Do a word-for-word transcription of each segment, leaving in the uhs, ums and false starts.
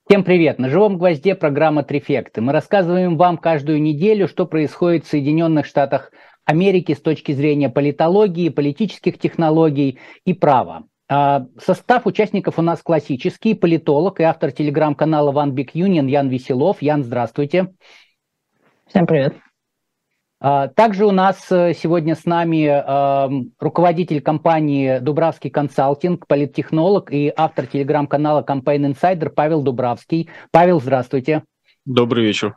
Всем привет! На живом гвозде программа «Трефекты». Мы рассказываем вам каждую неделю, что происходит в Соединенных Штатах Америки с точки зрения политологии, политических технологий и права. А, Состав участников у нас классический. Политолог и автор телеграм-канала One Big Union Ян Веселов. Ян, здравствуйте. Всем привет. А, Также у нас э, сегодня с нами э, руководитель компании Дубравский консалтинг, политтехнолог и автор телеграм-канала Campaign Insider Павел Дубравский. Павел, здравствуйте. Добрый вечер.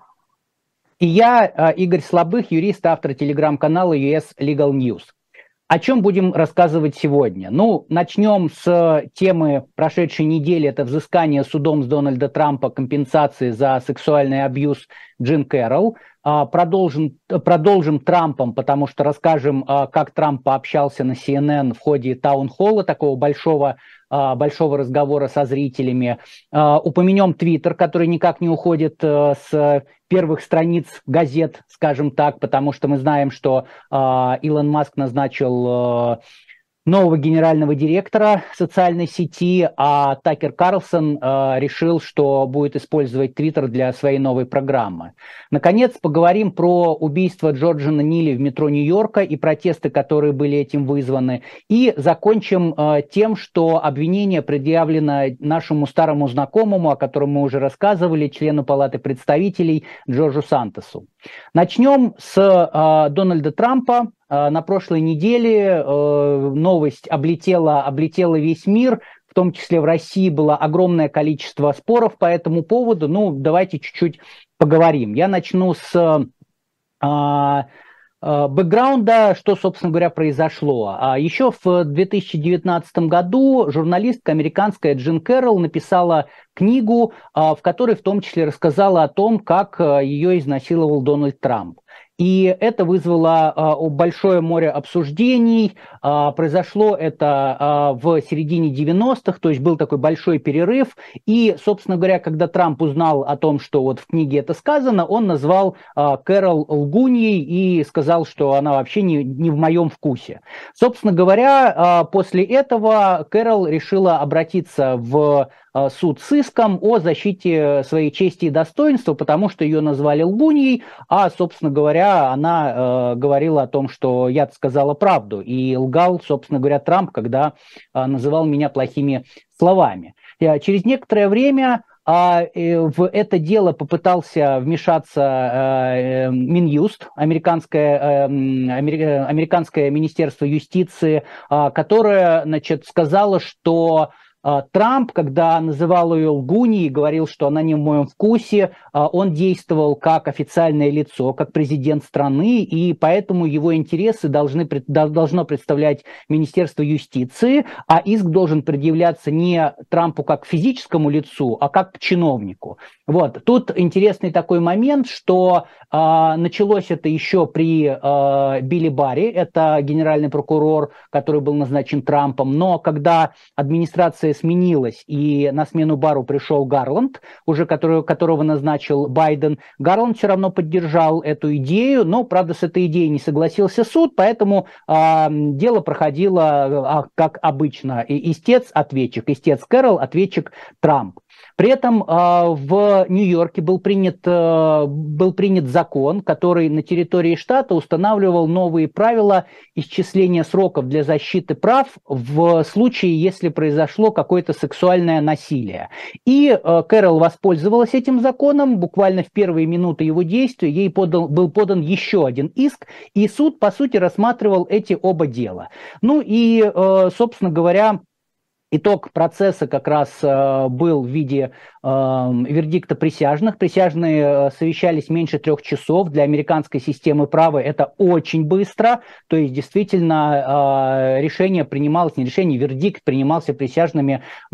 И я, э, Игорь Слабых, юрист, автор телеграм-канала ю эс Legal News. О чем будем рассказывать сегодня? Ну, начнем с темы прошедшей недели. Это взыскание судом с Дональда Трампа компенсации за сексуальный абьюз Джин Кэрролл. Продолжим, продолжим Трампом, потому что расскажем, как Трамп пообщался на си эн эн в ходе таунхолла, такого большого, большого разговора со зрителями. Упомянем Твиттер, который никак не уходит с первых страниц газет, скажем так, потому что мы знаем, что Илон Маск назначил нового генерального директора социальной сети, а Такер Карлсон э, решил, что будет использовать Твиттер для своей новой программы. Наконец, поговорим про убийство Джорджина Нилли в метро Нью-Йорка и протесты, которые были этим вызваны. И закончим э, тем, что обвинение предъявлено нашему старому знакомому, о котором мы уже рассказывали, члену Палаты представителей Джорджу Сантосу. Начнем с э, Дональда Трампа. На прошлой неделе э, новость облетела, облетела весь мир, в том числе в России было огромное количество споров по этому поводу. Ну, давайте чуть-чуть поговорим. Я начну с э, э, бэкграунда, что, собственно говоря, произошло. Еще в две тысячи девятнадцатом году журналистка американская Джин Кэрролл написала книгу, в которой в том числе рассказала о том, как ее изнасиловал Дональд Трамп. И это вызвало а, большое море обсуждений. А, произошло это а, в середине девяностых, то есть был такой большой перерыв. И, собственно говоря, когда Трамп узнал о том, что вот в книге это сказано, он назвал а, Кэрролл лгуньей и сказал, что она вообще не, не в моем вкусе. Собственно говоря, а, после этого Кэрролл решила обратиться в суд с иском о защите своей чести и достоинства, потому что ее назвали лгуньей, а, собственно говоря, она э, говорила о том, что я сказала правду, и лгал, собственно говоря, Трамп, когда э, называл меня плохими словами. Я, через некоторое время а в это дело попытался вмешаться э, Минюст, американское, э, американское министерство юстиции, э, которое, значит, сказало, что Трамп, когда называл ее лгуньей и говорил, что она не в моем вкусе, он действовал как официальное лицо, как президент страны, и поэтому его интересы должны, должно представлять Министерство юстиции, а иск должен предъявляться не Трампу как физическому лицу, а как чиновнику. Вот. Тут интересный такой момент, что э, началось это еще при э, Билли Барри, это генеральный прокурор, который был назначен Трампом, но когда администрация сменилась, и на смену Барру пришел Гарланд, уже который, которого назначил Байден, Гарланд все равно поддержал эту идею, но, правда, с этой идеей не согласился суд, поэтому э, дело проходило э, как обычно. И истец-ответчик, истец Кэрролл, ответчик Трамп. При этом э, в Нью-Йорке был принят, э, был принят закон, который на территории штата устанавливал новые правила исчисления сроков для защиты прав в случае, если произошло какое-то сексуальное насилие. И э, Кэрролл воспользовалась этим законом, буквально в первые минуты его действия ей подал, был подан еще один иск, и суд, по сути, рассматривал эти оба дела. Ну и, э, собственно говоря, итог процесса как раз э, был в виде э, вердикта присяжных. Присяжные э, совещались меньше трех часов. Для американской системы права это очень быстро. То есть действительно э, решение принималось, не решение, вердикт принимался присяжными э,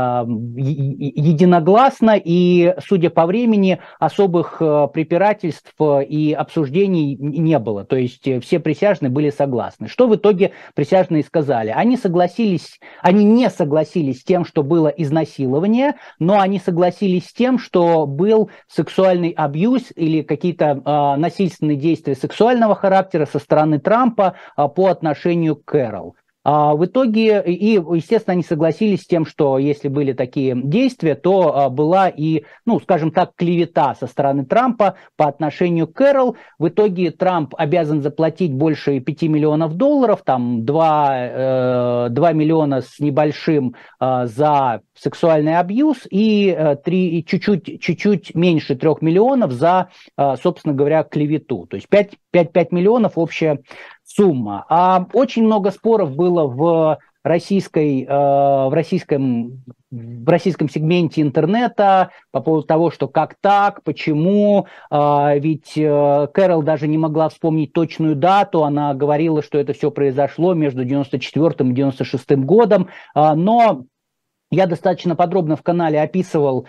единогласно. И, судя по времени, особых э, препирательств и обсуждений не было. То есть все присяжные были согласны. Что в итоге присяжные сказали? Они согласились, они не согласились с тем, что было изнасилование, но они согласились с тем, что был сексуальный абьюз или какие-то э, насильственные действия сексуального характера со стороны Трампа э, по отношению к Кэрролл. А, в итоге, и, естественно, они согласились с тем, что если были такие действия, то а, была и, ну, скажем так, клевета со стороны Трампа по отношению к Кэрол. В итоге Трамп обязан заплатить больше пяти миллионов долларов, там два, э, два миллиона с небольшим э, за сексуальный абьюз и, э, три, и чуть-чуть, чуть-чуть меньше трех миллионов за, э, собственно говоря, клевету. То есть пять миллионов общая сумма. А очень много споров было в российской, э, в российском, в российском сегменте интернета по поводу того, что как так, почему, э, ведь э, Кэрол даже не могла вспомнить точную дату, она говорила, что это все произошло между девяносто четвёртым и девяносто шестым годом, э, но я достаточно подробно в канале описывал,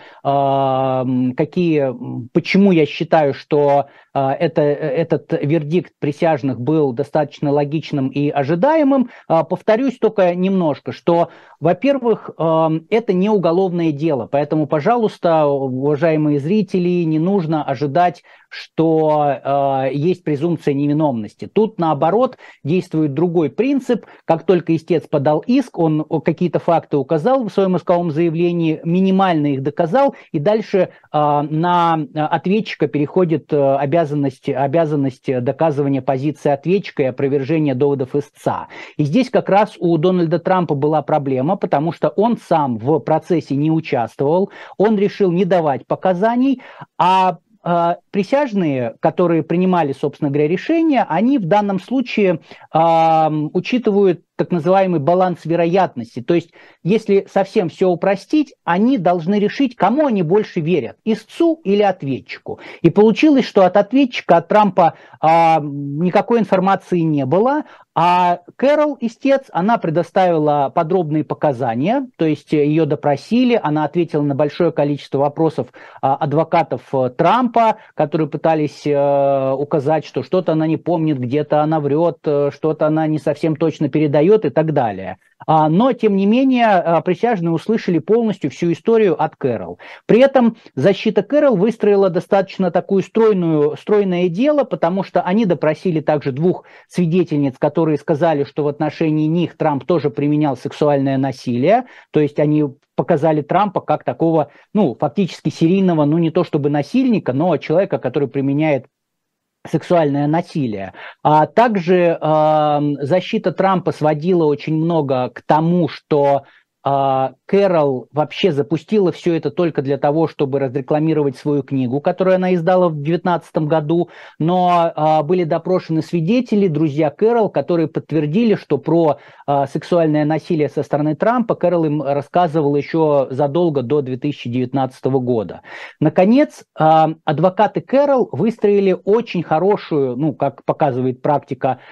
э, какие, почему я считаю, что э, это, этот вердикт присяжных был достаточно логичным и ожидаемым. Э, повторюсь только немножко, что, во-первых, э, это не уголовное дело, поэтому, пожалуйста, уважаемые зрители, не нужно ожидать, что э, есть презумпция невиновности. Тут, наоборот, действует другой принцип. Как только истец подал иск, он какие-то факты указал в своем исковом заявлении, минимально их доказал, и дальше э, на ответчика переходит э, обязанность, обязанность доказывания позиции ответчика и опровержения доводов истца. И здесь как раз у Дональда Трампа была проблема, потому что он сам в процессе не участвовал, он решил не давать показаний, а присяжные, которые принимали, собственно говоря, решения, они в данном случае э, учитывают так называемый баланс вероятности. То есть, если совсем все упростить, они должны решить, кому они больше верят, истцу или ответчику. И получилось, что от ответчика, от Трампа э, никакой информации не было, а Кэрол, истец, она предоставила подробные показания, то есть ее допросили, она ответила на большое количество вопросов э, адвокатов Трампа, которые пытались э, указать, что что-то она не помнит, где-то она врет, э, что-то она не совсем точно передает и так далее. А, но, тем не менее, присяжные услышали полностью всю историю от Кэрол. При этом защита Кэрол выстроила достаточно такую стройную, стройное дело, потому что они допросили также двух свидетельниц, которые сказали, что в отношении них Трамп тоже применял сексуальное насилие, то есть они показали Трампа как такого, ну, фактически серийного, ну, не то чтобы насильника, но человека, который применяет сексуальное насилие. А также э, защита Трампа сводила очень много к тому, что э, Кэрол вообще запустила все это только для того, чтобы разрекламировать свою книгу, которую она издала в две тысячи девятнадцатом году, но э, были допрошены свидетели, друзья Кэрол, которые подтвердили, что про э, сексуальное насилие со стороны Трампа Кэрол им рассказывала еще задолго до две тысячи девятнадцатого года. Наконец, э, адвокаты Кэрол выстроили очень хорошую, ну, как показывает практика,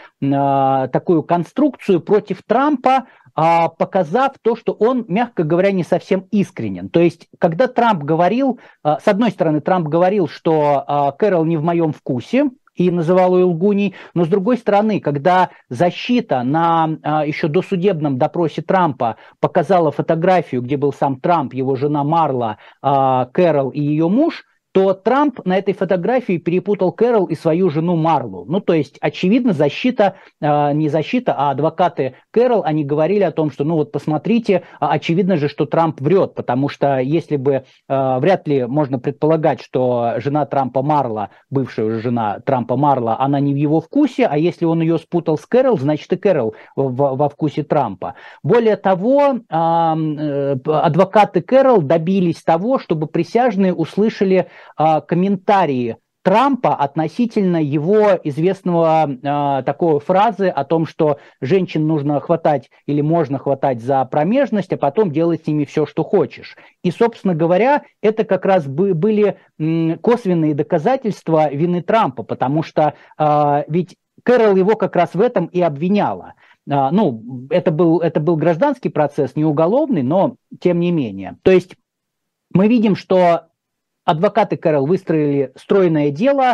э, такую конструкцию против Трампа, э, показав то, что он, мягко говоря, не совсем искренен. То есть, когда Трамп говорил, э, с одной стороны, Трамп говорил, что э, Кэрол не в моем вкусе, и называл ее лгуней, но с другой стороны, когда защита на а, еще досудебном допросе Трампа показала фотографию, где был сам Трамп, его жена Марла, а, Кэрол и ее муж, то Трамп на этой фотографии перепутал Кэрол и свою жену Марлу. Ну, то есть, очевидно, защита, э, не защита, а адвокаты Кэрол, они говорили о том, что, ну вот посмотрите, очевидно же, что Трамп врет, потому что если бы, э, вряд ли можно предполагать, что жена Трампа Марла, бывшая уже жена Трампа Марла, она не в его вкусе, а если он ее спутал с Кэрол, значит и Кэрол в, во вкусе Трампа. Более того, э, э, адвокаты Кэрол добились того, чтобы присяжные услышали комментарии Трампа относительно его известного э, такой фразы о том, что женщин нужно хватать или можно хватать за промежность, а потом делать с ними все, что хочешь. И, собственно говоря, это как раз бы, были м, косвенные доказательства вины Трампа, потому что э, ведь Кэрол его как раз в этом и обвиняла. Э, ну, это был, это был гражданский процесс, не уголовный, но тем не менее. То есть мы видим, что адвокаты Кэрол выстроили стройное дело,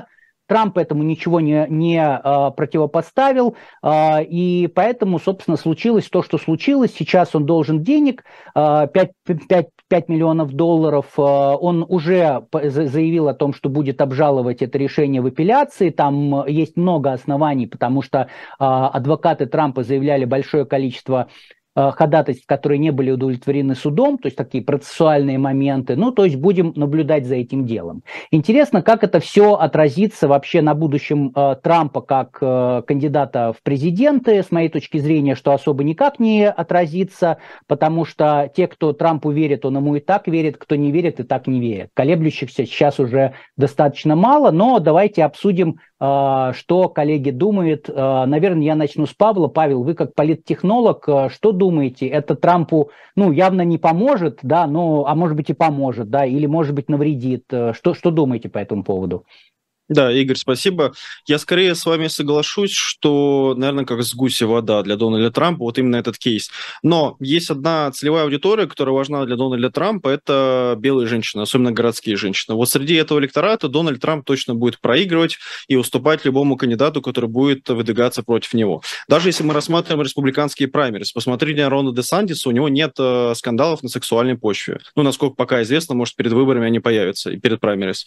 Трамп этому ничего не, не а, противопоставил, а, и поэтому, собственно, случилось то, что случилось. Сейчас он должен денег, а, пять миллионов долларов. А, он уже заявил о том, что будет обжаловать это решение в апелляции. Там есть много оснований, потому что а, адвокаты Трампа заявляли большое количество ходатайств, которые не были удовлетворены судом, то есть такие процессуальные моменты. Ну, то есть будем наблюдать за этим делом. Интересно, как это все отразится вообще на будущем э, Трампа как э, кандидата в президенты. С моей точки зрения, что особо никак не отразится, потому что те, кто Трампу верит, он ему и так верит, кто не верит, и так не верит. Колеблющихся сейчас уже достаточно мало, но давайте обсудим, э, что коллеги думают. Э, наверное, я начну с Павла. Павел, вы как политтехнолог, э, что думаете? Думаете, это Трампу, ну, явно не поможет, да, ну, а может быть и поможет, да, или, может быть, навредит. Что, что думаете по этому поводу? Да, Игорь, спасибо. Я скорее с вами соглашусь, что, наверное, как с гуся вода для Дональда Трампа, вот именно этот кейс. Но есть одна целевая аудитория, которая важна для Дональда Трампа, это белые женщины, особенно городские женщины. Вот среди этого электората Дональд Трамп точно будет проигрывать и уступать любому кандидату, который будет выдвигаться против него. Даже если мы рассматриваем республиканские праймерис, посмотрите на Рона Десантиса, у него нет э, скандалов на сексуальной почве. Ну, насколько пока известно, может, перед выборами они появятся, и перед праймерис.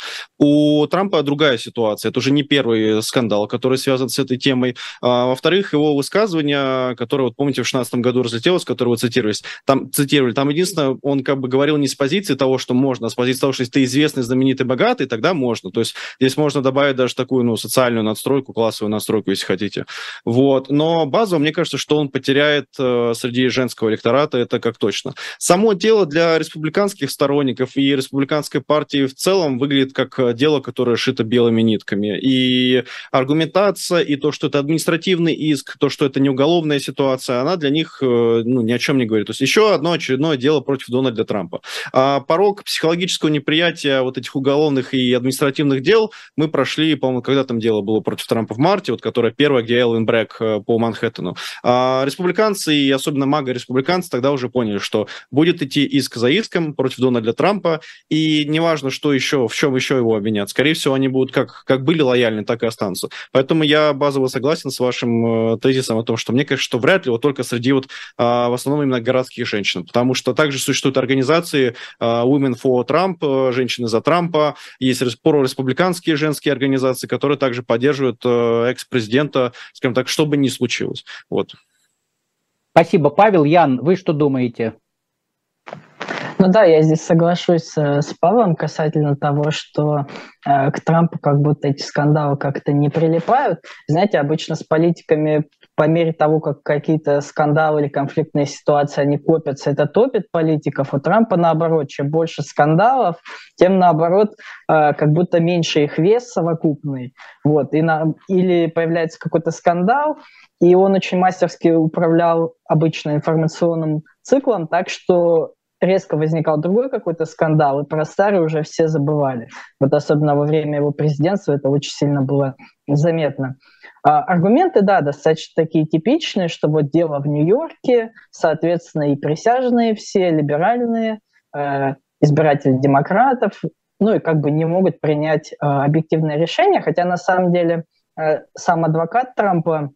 У Трампа другая ситуация. Ситуация. Это уже не первый скандал, который связан с этой темой. А, во-вторых, его высказывание, которое, вот помните, в две тысячи шестнадцатом году разлетелось, которое вы цитировали, там, цитировали, там единственное, он как бы говорил не с позиции того, что можно, а с позиции того, что если ты известный, знаменитый, богатый, тогда можно. То есть здесь можно добавить даже такую, ну, социальную надстройку, классовую надстройку, если хотите. Вот. Но базово, мне кажется, что он потеряет э, среди женского электората, это как точно. Само дело для республиканских сторонников и республиканской партии в целом выглядит как дело, которое шито белыми нитками. И аргументация, и то, что это административный иск, то, что это не уголовная ситуация, она для них ну, ни о чем не говорит. То есть еще одно очередное дело против Дональда Трампа. А порог психологического неприятия вот этих уголовных и административных дел мы прошли, по-моему, когда там дело было против Трампа в марте, вот которое первое, где Элвин Брэк по Манхэттену. А республиканцы, и особенно мага-республиканцы, тогда уже поняли, что будет идти иск за иском против Дональда Трампа, и неважно, что еще, в чем еще его обвинят. Скорее всего, они будут как как были лояльны, так и останутся. Поэтому я базово согласен с вашим э, тезисом о том, что мне кажется, что вряд ли вот только среди вот э, в основном именно городских женщин, потому что также существуют организации э, Women for Trump, э, женщины за Трампа, есть прореспубликанские женские организации, которые также поддерживают э, экс-президента, скажем так, что бы ни случилось. Вот. Спасибо, Павел. Ян, вы что думаете? Ну да, я здесь соглашусь э, с Павлом касательно того, что э, к Трампу как будто эти скандалы как-то не прилипают. Знаете, обычно с политиками по мере того, как какие-то скандалы или конфликтные ситуации, они копятся, это топит политиков. У Трампа наоборот, чем больше скандалов, тем наоборот, э, как будто меньше их вес совокупный. Вот. И на, или появляется какой-то скандал, и он очень мастерски управлял обычно информационным циклом, так что резко возникал другой какой-то скандал, и про старый уже все забывали. Вот особенно во время его президентства это очень сильно было заметно. А аргументы, да, достаточно такие типичные, что вот дело в Нью-Йорке, соответственно, и присяжные все, либеральные, э, избиратели демократов, ну и как бы не могут принять э, объективное решение, хотя на самом деле э, сам адвокат Трампа,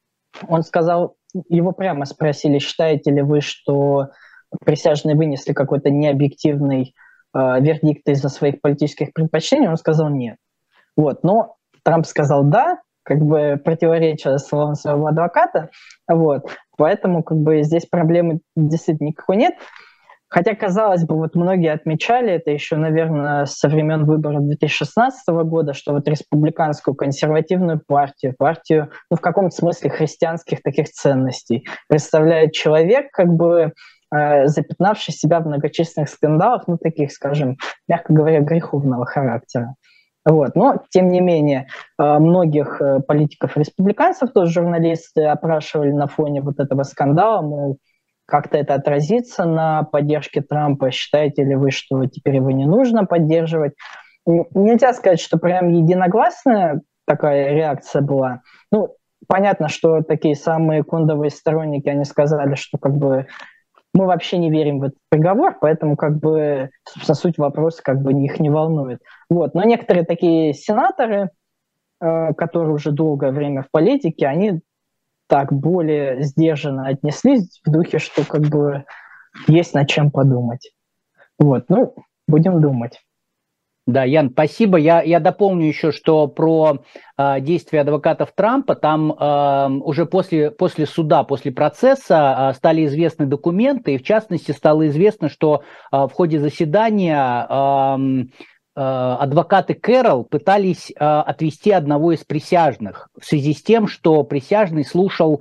он сказал, его прямо спросили, считаете ли вы, что присяжные вынесли какой-то необъективный э, вердикт из-за своих политических предпочтений, он сказал нет. Вот. Но Трамп сказал да, как бы противоречия словам своего адвоката. Вот. Поэтому как бы здесь проблемы действительно никакой нет. Хотя, казалось бы, вот многие отмечали это еще, наверное, со времен выборов две тысячи шестнадцатого года, что вот республиканскую консервативную партию, партию, ну, в каком-то смысле христианских таких ценностей представляет человек, как бы запятнавший себя в многочисленных скандалах, ну, таких, скажем, мягко говоря, греховного характера. Вот. Но, тем не менее, многих политиков-республиканцев, тоже журналисты, опрашивали на фоне вот этого скандала, мол, как-то это отразится на поддержке Трампа, считаете ли вы, что теперь его не нужно поддерживать? Нельзя сказать, что прям единогласная такая реакция была. Ну, понятно, что такие самые кондовые сторонники, они сказали, что как бы мы вообще не верим в этот приговор, поэтому как бы, собственно, суть вопроса как бы их не волнует. Вот. Но некоторые такие сенаторы, которые уже долгое время в политике, они так более сдержанно отнеслись в духе, что как бы есть над чем подумать. Вот, ну, будем думать. Да, Ян, спасибо. Я, я дополню еще, что про э, действия адвокатов Трампа, там э, уже после, после суда, после процесса э, стали известны документы, и в частности стало известно, что э, в ходе заседания э, э, адвокаты Кэрролл пытались э, отвести одного из присяжных в связи с тем, что присяжный слушал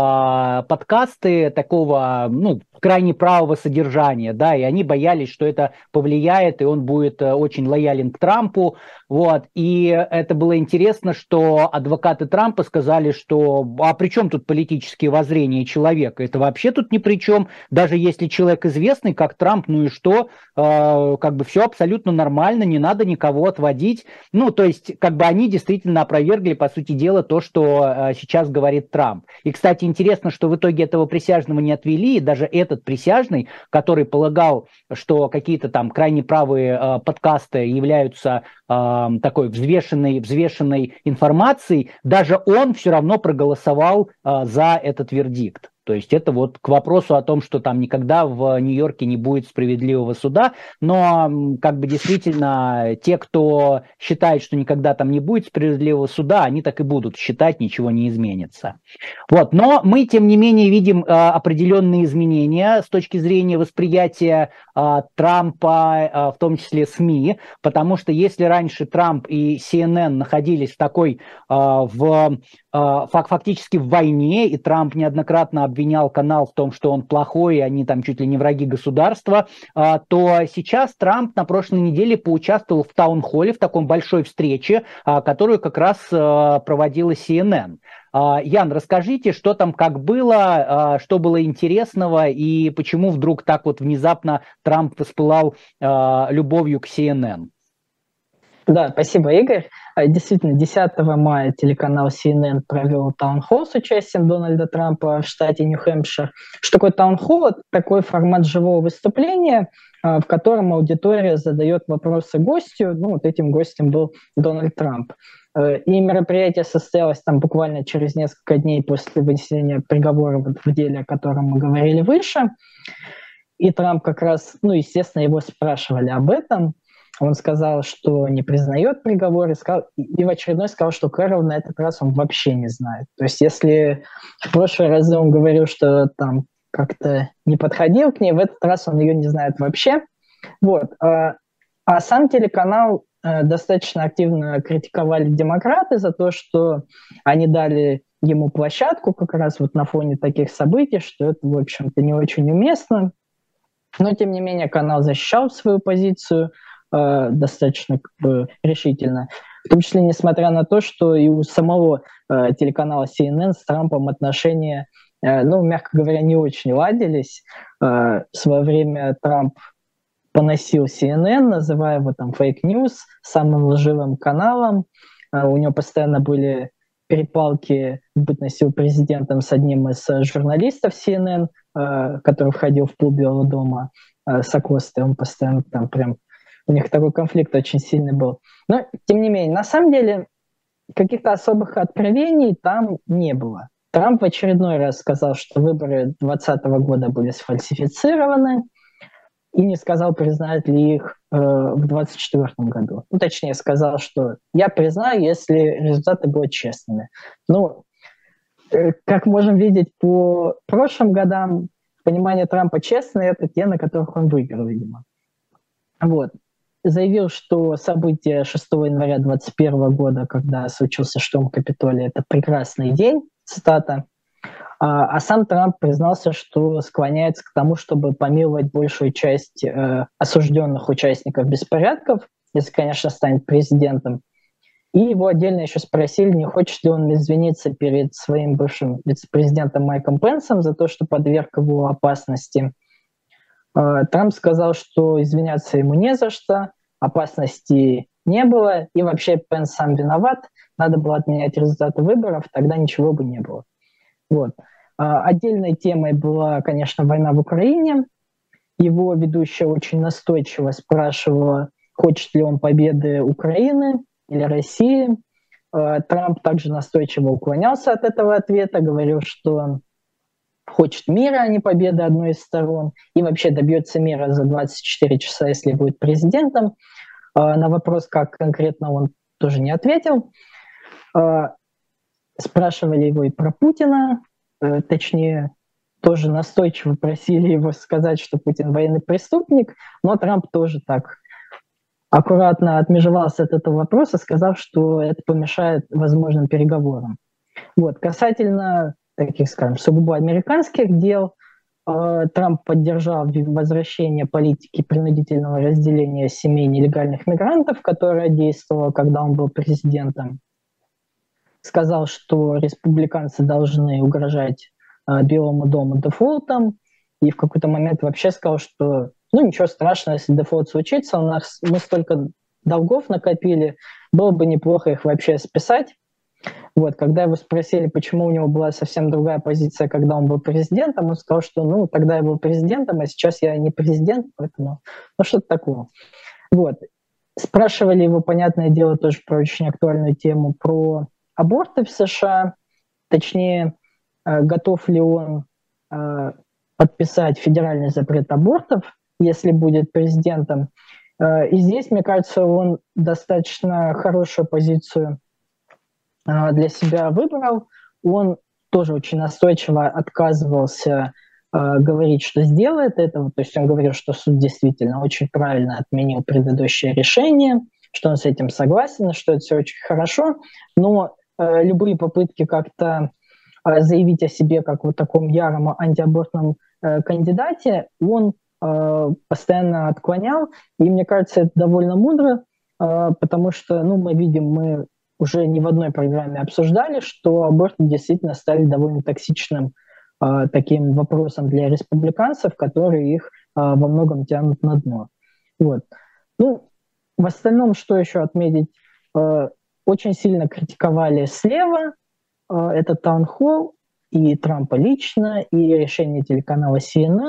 э, подкасты такого, ну, крайне правого содержания, да, и они боялись, что это повлияет, и он будет очень лоялен к Трампу, вот, и это было интересно, что адвокаты Трампа сказали, что, а при чем тут политические воззрения человека, это вообще тут ни при чем, даже если человек известный, как Трамп, ну и что, э, как бы все абсолютно нормально, не надо никого отводить, ну, то есть, как бы они действительно опровергли, по сути дела, то, что э, сейчас говорит Трамп. И, кстати, интересно, что в итоге этого присяжного не отвели, и даже это этот присяжный, который полагал, что какие-то там крайне правые э, подкасты являются э, такой взвешенной, взвешенной информацией, даже он все равно проголосовал э, за этот вердикт. То есть это вот к вопросу о том, что там никогда в Нью-Йорке не будет справедливого суда, но как бы действительно те, кто считает, что никогда там не будет справедливого суда, они так и будут считать, ничего не изменится. Вот. Но мы, тем не менее, видим э, определенные изменения с точки зрения восприятия э, Трампа, э, в том числе СМИ, потому что если раньше Трамп и Си Эн Эн находились в такой, э, в, э, фактически в войне, и Трамп неоднократно обвинял обвинял канал в том, что он плохой, и они там чуть ли не враги государства, то сейчас Трамп на прошлой неделе поучаствовал в таунхолле, в таком большой встрече, которую как раз проводила Си Эн Эн. Ян, расскажите, что там как было, что было интересного, и почему вдруг так вот внезапно Трамп воспылал любовью к Си Эн Эн? Да, спасибо, Игорь. Действительно, десятого мая телеканал Си Эн Эн провел таунхолл с участием Дональда Трампа в штате Нью-Хэмпшир. Что такое таунхолл? Такой формат живого выступления, в котором аудитория задает вопросы гостю. Ну, вот этим гостем был Дональд Трамп. И мероприятие состоялось там буквально через несколько дней после вынесения приговора в деле, о котором мы говорили выше. И Трамп как раз, ну, естественно, его спрашивали об этом. Он сказал, что не признает приговор, и, сказал, и в очередной сказал, что Кэрролл на этот раз он вообще не знает. То есть если в прошлый раз он говорил, что там как-то не подходил к ней, в этот раз он ее не знает вообще. Вот. А, а сам телеканал э, достаточно активно критиковали демократы за то, что они дали ему площадку как раз вот на фоне таких событий, что это, в общем-то, не очень уместно. Но, тем не менее, канал защищал свою позицию э, достаточно как бы, решительно. В том числе, несмотря на то, что и у самого э, телеканала Си Эн Эн с Трампом отношения, э, ну, мягко говоря, не очень ладились. Э, в свое время Трамп поносил Си Эн Эн, называя его там фейк-ньюс, самым лживым каналом. Э, у него постоянно были перепалки в бытности президентом с одним из журналистов Си Эн Эн, э, который входил в клуб Белого дома, э, с Акостой. Он постоянно там прям... У них такой конфликт очень сильный был. Но, тем не менее, на самом деле, каких-то особых откровений там не было. Трамп в очередной раз сказал, что выборы двадцатого года были сфальсифицированы, и не сказал, признает ли их э, в двадцать четвёртом году. Ну, точнее, сказал, что я признаю, если результаты будут честными. Ну, э, как можем видеть по прошлым годам, понимание Трампа честные — это те, на которых он выиграл, видимо. Вот. Заявил, что события шестого января двадцать первого года, когда случился штурм Капитолия, это прекрасный день, цитата. А, а сам Трамп признался, что склоняется к тому, чтобы помиловать большую часть э, осужденных участников беспорядков, если, конечно, станет президентом. И его отдельно еще спросили, не хочет ли он извиниться перед своим бывшим вице-президентом Майком Пенсом за то, что подверг его опасности. Э, Трамп сказал, что извиняться ему не за что, опасности не было, и вообще Пенс сам виноват, надо было отменять результаты выборов, тогда ничего бы не было. Вот. Отдельной темой была, конечно, война в Украине. Его ведущая очень настойчиво спрашивала, хочет ли он победы Украины или России. Трамп также настойчиво уклонялся от этого ответа, говорил, что он хочет мира, а не победы одной из сторон, и вообще добьется мира за двадцать четыре часа, если будет президентом. На вопрос, как конкретно, он тоже не ответил. Спрашивали его и про Путина, точнее, тоже настойчиво просили его сказать, что Путин военный преступник, но Трамп тоже так аккуратно отмежевался от этого вопроса, сказав, что это помешает возможным переговорам. Вот. Касательно таких, скажем, сугубо американских дел, Трамп поддержал возвращение политики принудительного разделения семей нелегальных мигрантов, которая действовала, когда он был президентом. Сказал, что республиканцы должны угрожать Белому дому дефолтом, и в какой-то момент вообще сказал, что ну ничего страшного, если дефолт случится, у нас мы столько долгов накопили, было бы неплохо их вообще списать. Вот, когда его спросили, почему у него была совсем другая позиция, когда он был президентом, он сказал, что ну тогда я был президентом, а сейчас я не президент, поэтому ну что-то такое. Вот. Спрашивали его, понятное дело, тоже про очень актуальную тему, про аборты в США, точнее, готов ли он подписать федеральный запрет абортов, если будет президентом. И здесь, мне кажется, он достаточно хорошую позицию для себя выбрал. Он тоже очень настойчиво отказывался говорить, что сделает этого. То есть он говорил, что суд действительно очень правильно отменил предыдущее решение, что он с этим согласен, что это все очень хорошо. Но любые попытки как-то заявить о себе как вот таком яром антиабортном кандидате, он постоянно отклонял. И мне кажется, это довольно мудро, потому что ну, мы видим, мы уже не в одной программе обсуждали, что аборты действительно стали довольно токсичным таким вопросом для республиканцев, которые их во многом тянут на дно. Вот. Ну, в остальном, что еще отметить? Очень сильно критиковали слева этот таунхолл, и Трампа лично, и решение телеканала си эн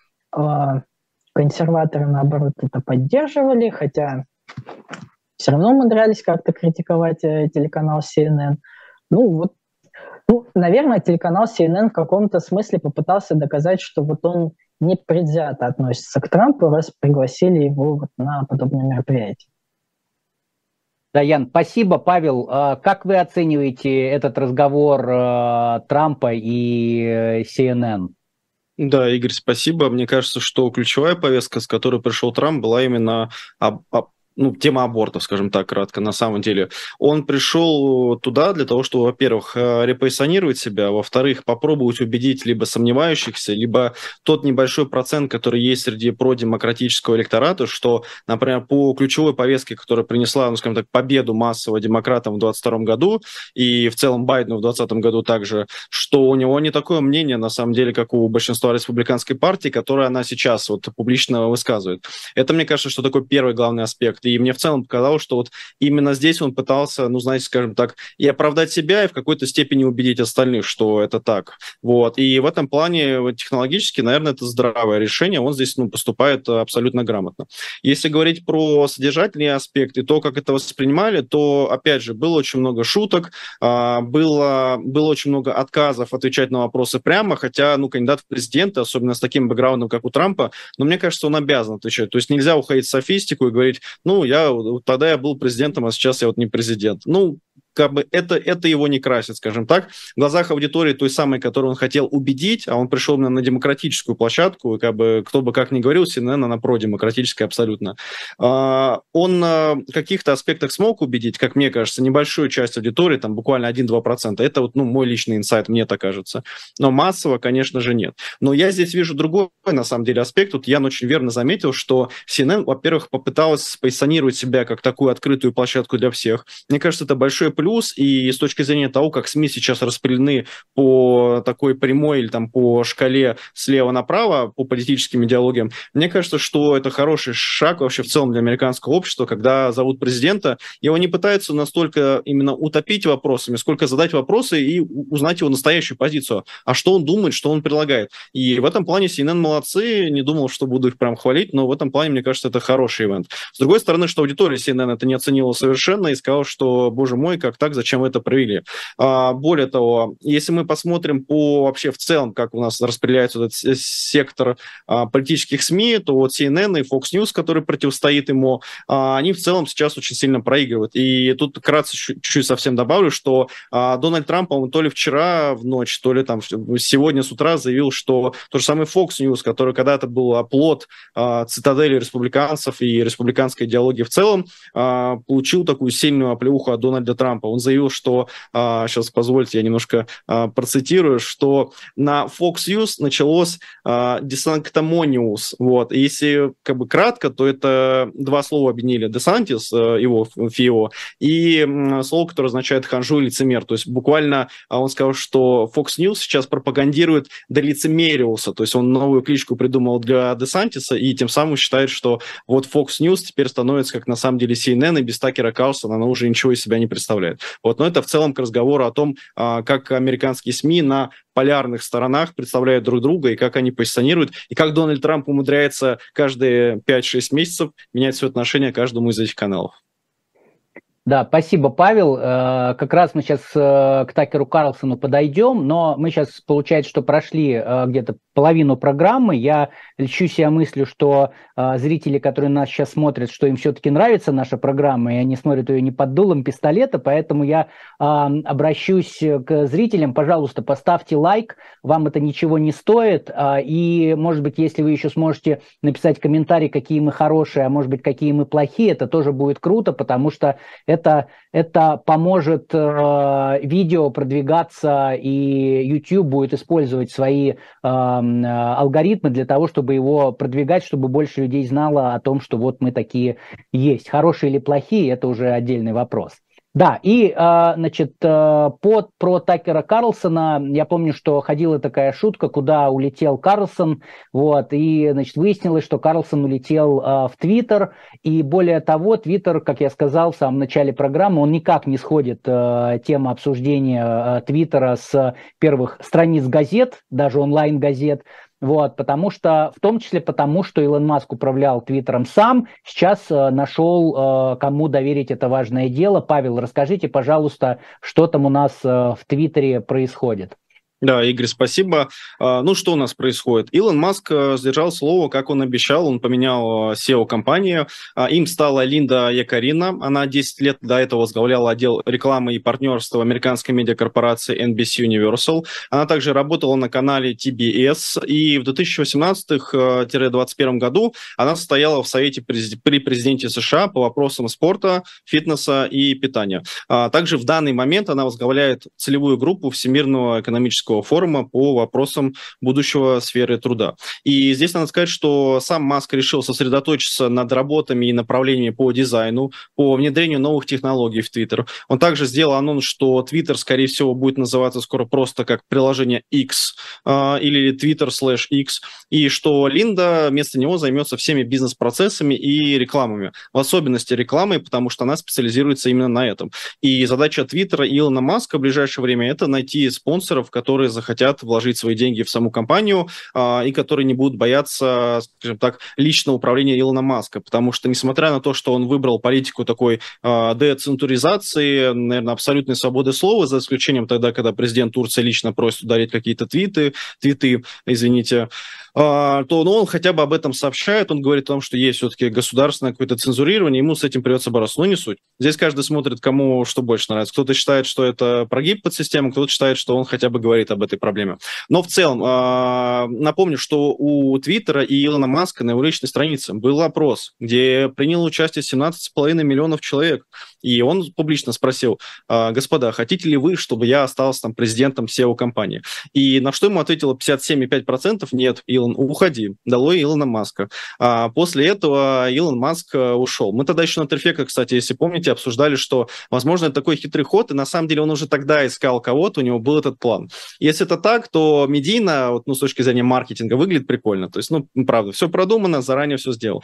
эн. Консерваторы, наоборот, это поддерживали, хотя все равно умудрялись как-то критиковать телеканал си эн эн. Ну, вот, ну, наверное, телеканал си эн эн в каком-то смысле попытался доказать, что вот он непредвзято относится к Трампу, раз пригласили его вот на подобное мероприятие. Да, Ян, спасибо. Павел, как вы оцениваете этот разговор Трампа и си эн эн? Да, Игорь, спасибо. Мне кажется, что ключевая повестка, с которой пришел Трамп, была именно об, об, ну, тема абортов, скажем так, кратко. На самом деле он пришел туда для того, чтобы, во-первых, репозиционировать себя, во-вторых, попробовать убедить либо сомневающихся, либо тот небольшой процент, который есть среди продемократического электората, что, например, по ключевой повестке, которая принесла, ну, скажем так, победу массово демократам в двадцать втором году и в целом Байдену в двадцатом году также, что у него не такое мнение, на самом деле, как у большинства республиканской партии, которое она сейчас вот публично высказывает. Это, мне кажется, что такой первый главный аспект. И мне в целом показалось, что вот именно здесь он пытался, ну, знаете, скажем так, и оправдать себя, и в какой-то степени убедить остальных, что это так. Вот. И в этом плане вот, технологически, наверное, это здравое решение. Он здесь, ну, поступает абсолютно грамотно. Если говорить про содержательные аспекты, то, как это воспринимали, то, опять же, было очень много шуток, было, было очень много отказов отвечать на вопросы прямо, хотя, ну, кандидат в президенты, особенно с таким бэкграундом, как у Трампа, но мне кажется, он обязан отвечать. То есть нельзя уходить в софистику и говорить, ну, я, тогда я был президентом, а сейчас я вот не президент. Ну, как бы это, это его не красит, скажем так. В глазах аудитории той самой, которую он хотел убедить, а он пришел именно на демократическую площадку, и как бы кто бы как ни говорил, си эн эн, она продемократическая абсолютно. Он в каких-то аспектах смог убедить, как мне кажется, небольшую часть аудитории, там буквально один-два процента. Это вот, ну, мой личный инсайт, мне так кажется. Но массово, конечно же, нет. Но я здесь вижу другой, на самом деле, аспект. Тут Ян очень верно заметил, что си эн эн, во-первых, попыталась позиционировать себя как такую открытую площадку для всех. Мне кажется, это большой плюс, и с точки зрения того, как СМИ сейчас распределены по такой прямой или там по шкале слева направо, по политическим идеологиям, мне кажется, что это хороший шаг вообще в целом для американского общества, когда зовут президента, его не пытаются настолько именно утопить вопросами, сколько задать вопросы и узнать его настоящую позицию, а что он думает, что он предлагает. И в этом плане си эн эн молодцы, не думал, что буду их прям хвалить, но в этом плане, мне кажется, это хороший ивент. С другой стороны, что аудитория си эн эн это не оценила совершенно и сказала, что, боже мой, как так, зачем вы это провели. А, более того, если мы посмотрим по вообще в целом, как у нас распределяется этот сектор а, политических СМИ, то вот си эн эн и Fox News, который противостоит ему, а, они в целом сейчас очень сильно проигрывают. И тут вкратце чуть-чуть совсем добавлю, что а, Дональд Трамп, по-моему, то ли вчера в ночь, то ли там сегодня с утра заявил, что тот же самый Fox News, который когда-то был оплот а, цитадели республиканцев и республиканской идеологии в целом, а, получил такую сильную оплеуху от Дональда Трампа. Он заявил, что, а, сейчас позвольте, я немножко а, процитирую, что на Fox News началось а, десанктомониус. Вот. И если как бы кратко, то это два слова объединили. Десантис, его фио, и слово, которое означает ханжу и лицемер. То есть буквально он сказал, что Fox News сейчас пропагандирует делицемериуса, то есть он новую кличку придумал для Десантиса, и тем самым считает, что вот Fox News теперь становится как на самом деле си эн эн, и без Такера Карлсона она уже ничего из себя не представляет. Вот. Но это в целом к разговору о том, как американские СМИ на полярных сторонах представляют друг друга, и как они позиционируют, и как Дональд Трамп умудряется каждые пять-шесть месяцев менять свое отношение к каждому из этих каналов. Да, спасибо, Павел. Как раз мы сейчас к Такеру Карлсону подойдем, но мы сейчас, получается, что прошли где-то половину программы. Я льщу себя мыслью, что зрители, которые нас сейчас смотрят, что им все-таки нравится наша программа, и они смотрят ее не под дулом пистолета, поэтому я обращусь к зрителям. Пожалуйста, поставьте лайк, вам это ничего не стоит, и, может быть, если вы еще сможете написать комментарий, какие мы хорошие, а может быть, какие мы плохие, это тоже будет круто, потому что Это, это поможет э, видео продвигаться, и YouTube будет использовать свои э, алгоритмы для того, чтобы его продвигать, чтобы больше людей знало о том, что вот мы такие есть. Хорошие или плохие, это уже отдельный вопрос. Да, и, значит, под, про Такера Карлсона, я помню, что ходила такая шутка, куда улетел Карлсон, вот, и, значит, выяснилось, что Карлсон улетел в Твиттер, и более того, Твиттер, как я сказал в самом начале программы, он никак не сходит, тема обсуждения Твиттера с первых страниц газет, даже онлайн-газет, вот, потому что, в том числе потому, что Илон Маск управлял Твиттером сам, сейчас э, нашел, э, кому доверить это важное дело. Павел, расскажите, пожалуйста, что там у нас э, в Твиттере происходит. Да, Игорь, спасибо. Ну, что у нас происходит? Илон Маск сдержал слово, как он обещал, он поменял си и о компании. Им стала Линда Якарина, она десять лет до этого возглавляла отдел рекламы и партнерства американской медиакорпорации эн би си Universal. Она также работала на канале ти би эс, и в две тысячи восемнадцатом — двадцать первом году она состояла в Совете при президенте США по вопросам спорта, фитнеса и питания. Также в данный момент она возглавляет целевую группу Всемирного экономического форума по вопросам будущего сферы труда. И здесь надо сказать, что сам Маск решил сосредоточиться над работами и направлениями по дизайну, по внедрению новых технологий в Twitter. Он также сделал анонс, что Twitter, скорее всего, будет называться скоро просто как приложение X э, или Twitter slash X, и что Линда вместо него займется всеми бизнес-процессами и рекламами, в особенности рекламой, потому что она специализируется именно на этом. И задача Твиттера и Илона Маска в ближайшее время — это найти спонсоров, которые захотят вложить свои деньги в саму компанию а, и которые не будут бояться, скажем так, личного управления Илона Маска, потому что, несмотря на то, что он выбрал политику такой а, децензуризации, наверное, абсолютной свободы слова, за исключением тогда, когда президент Турции лично просит удалить какие-то твиты, твиты, извините, а, то ну, он хотя бы об этом сообщает, он говорит о том, что есть все-таки государственное какое-то цензурирование, ему с этим придется бороться, но не суть. Здесь каждый смотрит, кому что больше нравится. Кто-то считает, что это прогиб под систему, кто-то считает, что он хотя бы говорит об этой проблеме. Но в целом, э, напомню, что у Твиттера и Илона Маска на его личной странице был опрос, где приняло участие семнадцать с половиной миллионов человек. И он публично спросил: э, господа, хотите ли вы, чтобы я остался там президентом си и о-компании? И на что ему ответило пятьдесят семь и пять десятых процента: нет, Илон, уходи, долой Илона Маска. А после этого Илон Маск ушел. Мы тогда еще на Трефека, кстати, если помните, обсуждали, что, возможно, это такой хитрый ход, и на самом деле он уже тогда искал кого-то, у него был этот план. Если это так, то медийно, вот, ну, с точки зрения маркетинга, выглядит прикольно. То есть, ну, правда, все продумано, заранее все сделал.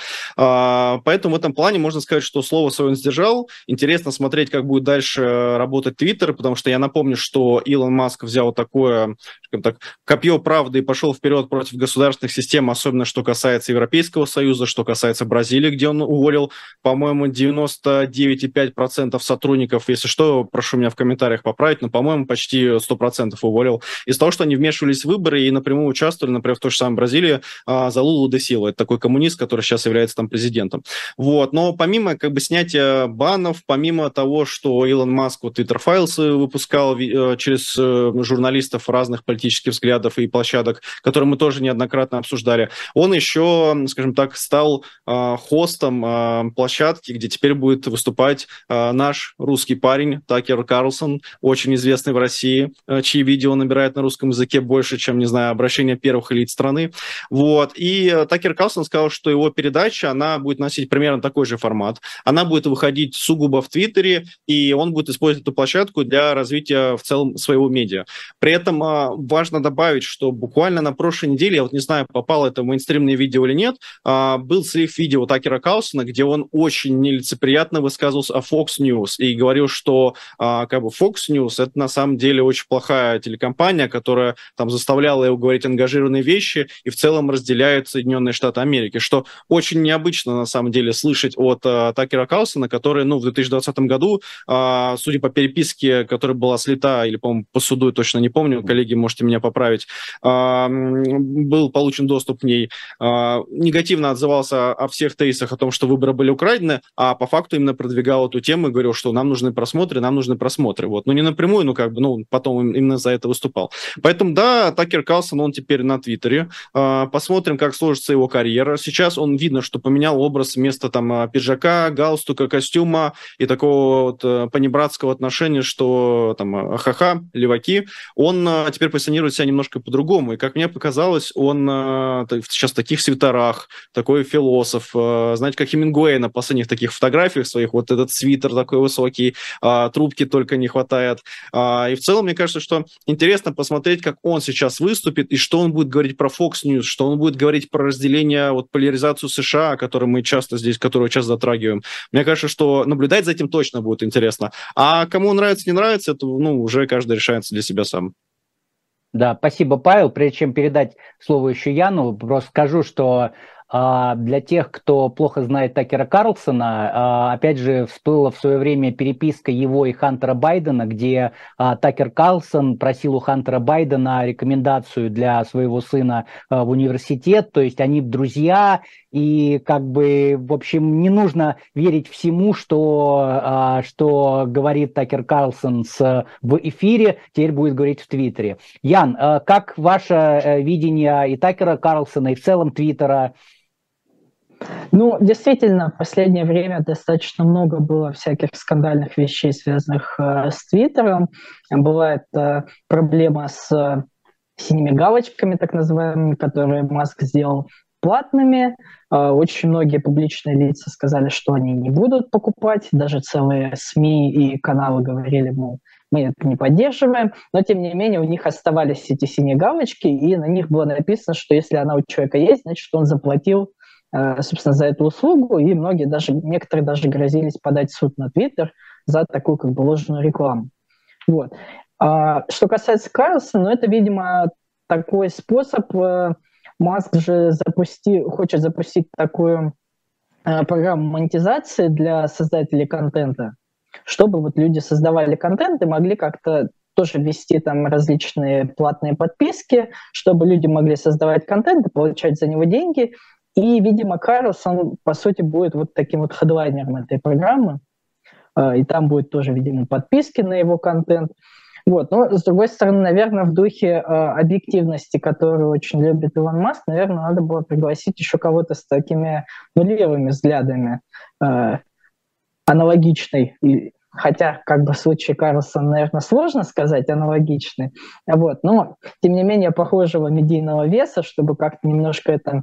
А, поэтому в этом плане можно сказать, что слово свое он сдержал. Интересно смотреть, как будет дальше работать Твиттер, потому что я напомню, что Илон Маск взял такое, скажем так, копье правды и пошел вперед против государственных систем, особенно что касается Европейского Союза, что касается Бразилии, где он уволил, по-моему, девяносто девять и пять десятых процента сотрудников. Если что, прошу меня в комментариях поправить, но, по-моему, почти сто процентов уволил. Из-за того, что они вмешивались в выборы и напрямую участвовали, например, в той же самой Бразилии, за Лулу де Силва. Это такой коммунист, который сейчас является там президентом. Вот. Но помимо как бы снятия банов, помимо того, что Илон Маск вот Twitter Files выпускал через журналистов разных политических взглядов и площадок, которые мы тоже неоднократно обсуждали, он еще, скажем так, стал э, хостом э, площадки, где теперь будет выступать э, наш русский парень Такер Карлсон, очень известный в России, э, чьи видео набирает на русском языке больше, чем, не знаю, обращение первых элит страны. Вот. И э, Такер Карлсон сказал, что его передача, она будет носить примерно такой же формат. Она будет выходить сугубо в Твиттере, и он будет использовать эту площадку для развития в целом своего медиа. При этом э, важно добавить, что буквально на прошлой неделе, я вот не знаю, попало это в мейнстримные видео или нет, э, был слив видео Такера Карлсона, где он очень нелицеприятно высказывался о Fox News и говорил, что э, как бы Fox News это на самом деле очень плохая телекомпания, которая там заставляла его говорить ангажированные вещи и в целом разделяет Соединенные Штаты Америки, что очень необычно на самом деле слышать от э, Такера Карлсона, который, ну, в две тысячи двадцатом году, э, судя по переписке, которая была слита, или, по-моему, по суду, точно не помню, коллеги, можете меня поправить, э, был получен доступ к ней, э, негативно отзывался о всех тезисах о том, что выборы были украдены, а по факту именно продвигал эту тему и говорил, что нам нужны просмотры, нам нужны просмотры. Вот. Ну, не напрямую, но как бы, ну, потом именно за это выступал. Поэтому, да, Такер Карлсон, он теперь на Твиттере. Э, посмотрим, как сложится его карьера. Сейчас он, видно, что поменял образ вместо там пиджака, галстука, костюма и такого вот понебратского отношения, что там ха-ха, леваки, он а, теперь позиционирует себя немножко по-другому. И, как мне показалось, он а, сейчас в таких свитерах, такой философ. А, знаете, как Хемингуэй на последних таких фотографиях своих, вот этот свитер такой высокий, а, трубки только не хватает. А, и в целом, мне кажется, что интересно посмотреть, как он сейчас выступит и что он будет говорить про Fox News, что он будет говорить про разделение, вот поляризацию США, о которой мы часто здесь, которую часто затрагиваем. Мне кажется, что наблюдать за этим точно будет интересно. А кому нравится, не нравится, это, ну, уже каждый решается для себя сам. Да, спасибо, Павел. Прежде чем передать слово еще Яну, просто скажу, что а, для тех, кто плохо знает Такера Карлсона, а, опять же, всплыла в свое время переписка его и Хантера Байдена, где а, Такер Карлсон просил у Хантера Байдена рекомендацию для своего сына а, в университет, то есть они друзья, и как бы, в общем, не нужно верить всему, что, а, что говорит Такер Карлсон с, в эфире, теперь будет говорить в Твиттере. Ян, а, как ваше видение и Такера Карлсона, и в целом Твиттера? Ну, действительно, в последнее время достаточно много было всяких скандальных вещей, связанных э, с Твиттером. Бывает э, проблема с э, синими галочками, так называемыми, которые Маск сделал платными. Э, очень многие публичные лица сказали, что они не будут покупать. Даже целые СМИ и каналы говорили, мол, мы это не поддерживаем. Но, тем не менее, у них оставались эти синие галочки, и на них было написано, что если она у человека есть, значит, он заплатил собственно, за эту услугу, и многие даже, некоторые даже грозились подать в суд на Твиттер за такую как бы ложную рекламу. Вот. А, что касается Карлсона, ну, это, видимо, такой способ. Маск же запусти, хочет запустить такую а, программу монетизации для создателей контента, чтобы вот люди создавали контент и могли как-то тоже ввести там различные платные подписки, чтобы люди могли создавать контент и получать за него деньги. И, видимо, Карлсон, по сути, будет вот таким вот хедлайнером этой программы. И там будет тоже, видимо, подписки на его контент. Вот. Но, с другой стороны, наверное, в духе объективности, которую очень любит Илон Маск, наверное, надо было пригласить еще кого-то с такими нулевыми взглядами, аналогичной. Хотя, как бы в случае Карлсона, наверное, сложно сказать аналогичный. Вот. Но, тем не менее, похожего медийного веса, чтобы как-то немножко это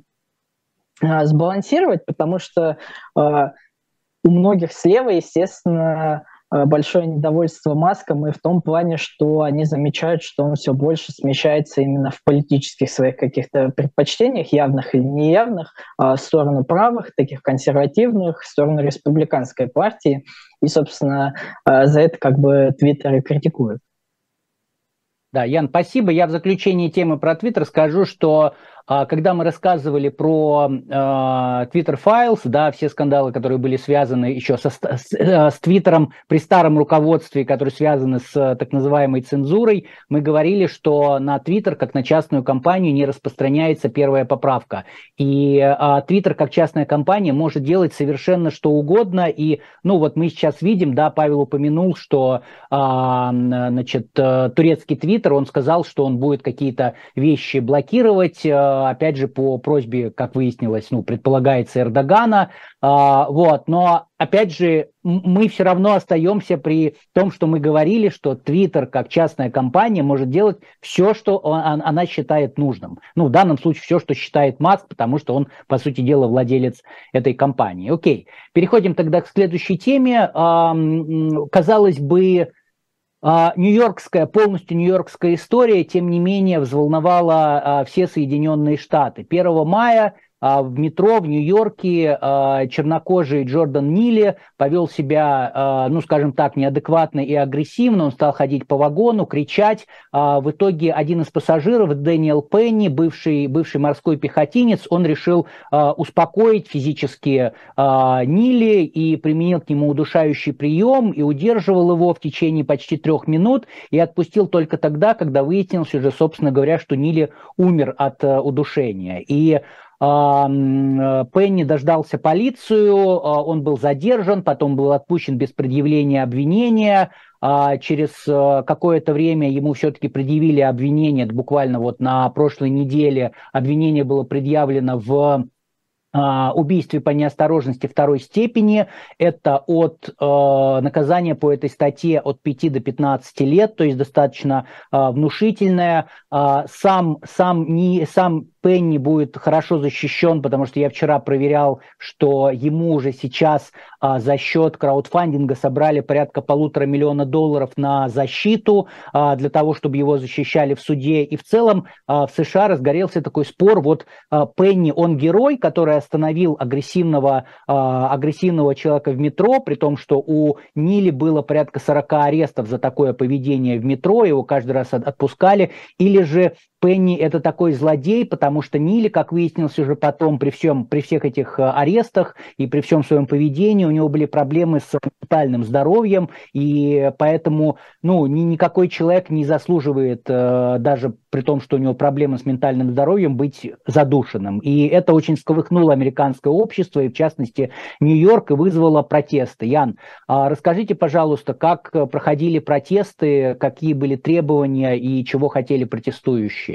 сбалансировать, потому что э, у многих слева, естественно, большое недовольство Маском и в том плане, что они замечают, что он все больше смещается именно в политических своих каких-то предпочтениях, явных или неявных, в сторону правых, таких консервативных, в сторону республиканской партии. И, собственно, за это как бы Твиттер и критикует. Да, Ян, спасибо. Я в заключении темы про Твиттер скажу, что когда мы рассказывали про э, Twitter Files, да, все скандалы, которые были связаны еще со, с, с Твиттером при старом руководстве, которые связаны с так называемой цензурой, мы говорили, что на Twitter, как на частную компанию, не распространяется первая поправка. И Twitter, э, как частная компания, может делать совершенно что угодно. И, ну, вот мы сейчас видим, да, Павел упомянул, что э, значит, э, турецкий Twitter, он сказал, что он будет какие-то вещи блокировать, э, опять же, по просьбе, как выяснилось, ну, предполагается, Эрдогана. А, вот. Но, опять же, мы все равно остаемся при том, что мы говорили, что Twitter, как частная компания, может делать все, что он, она считает нужным. Ну, в данном случае все, что считает Маск, потому что он, по сути дела, владелец этой компании. Окей. Переходим тогда к следующей теме. А, казалось бы, Нью-Йоркская, полностью нью-йоркская история, тем не менее, взволновала а, все Соединенные Штаты. первого мая а, в метро в Нью-Йорке а, чернокожий Джордан Нили повел себя, а, ну, скажем так, неадекватно и агрессивно. Он стал ходить по вагону, кричать. А, в итоге один из пассажиров, Дэниел Пенни, бывший, бывший морской пехотинец, он решил а, успокоить физически а, Нили и применил к нему удушающий прием и удерживал его в течение почти трех минут и отпустил только тогда, когда выяснилось уже, собственно говоря, что Нили умер от а, удушения. И Пенни дождался полицию, он был задержан, потом был отпущен без предъявления обвинения. Через какое-то время ему все-таки предъявили обвинение, буквально вот на прошлой неделе обвинение было предъявлено в убийстве по неосторожности второй степени. Это от э, наказания по этой статье от пяти до пятнадцати лет, то есть достаточно э, внушительное. Э, сам, сам, не, сам Пенни будет хорошо защищен, потому что я вчера проверял, что ему уже сейчас а, за счет краудфандинга собрали порядка полутора миллиона долларов на защиту а, для того, чтобы его защищали в суде. И в целом а, в США разгорелся такой спор. Вот а, Пенни, он герой, который остановил агрессивного, а, агрессивного человека в метро, при том, что у Нили было порядка сорока арестов за такое поведение в метро, его каждый раз отпускали. Или же Пенни это такой злодей, потому что Нили, как выяснилось уже потом, при, всем, при всех этих арестах и при всем своем поведении, у него были проблемы с ментальным здоровьем, и поэтому ну, ни, никакой человек не заслуживает, э, даже при том, что у него проблемы с ментальным здоровьем, быть задушенным. И это очень всколыхнуло американское общество, и в частности Нью-Йорк, и вызвало протесты. Ян, э, расскажите, пожалуйста, как проходили протесты, какие были требования и чего хотели протестующие?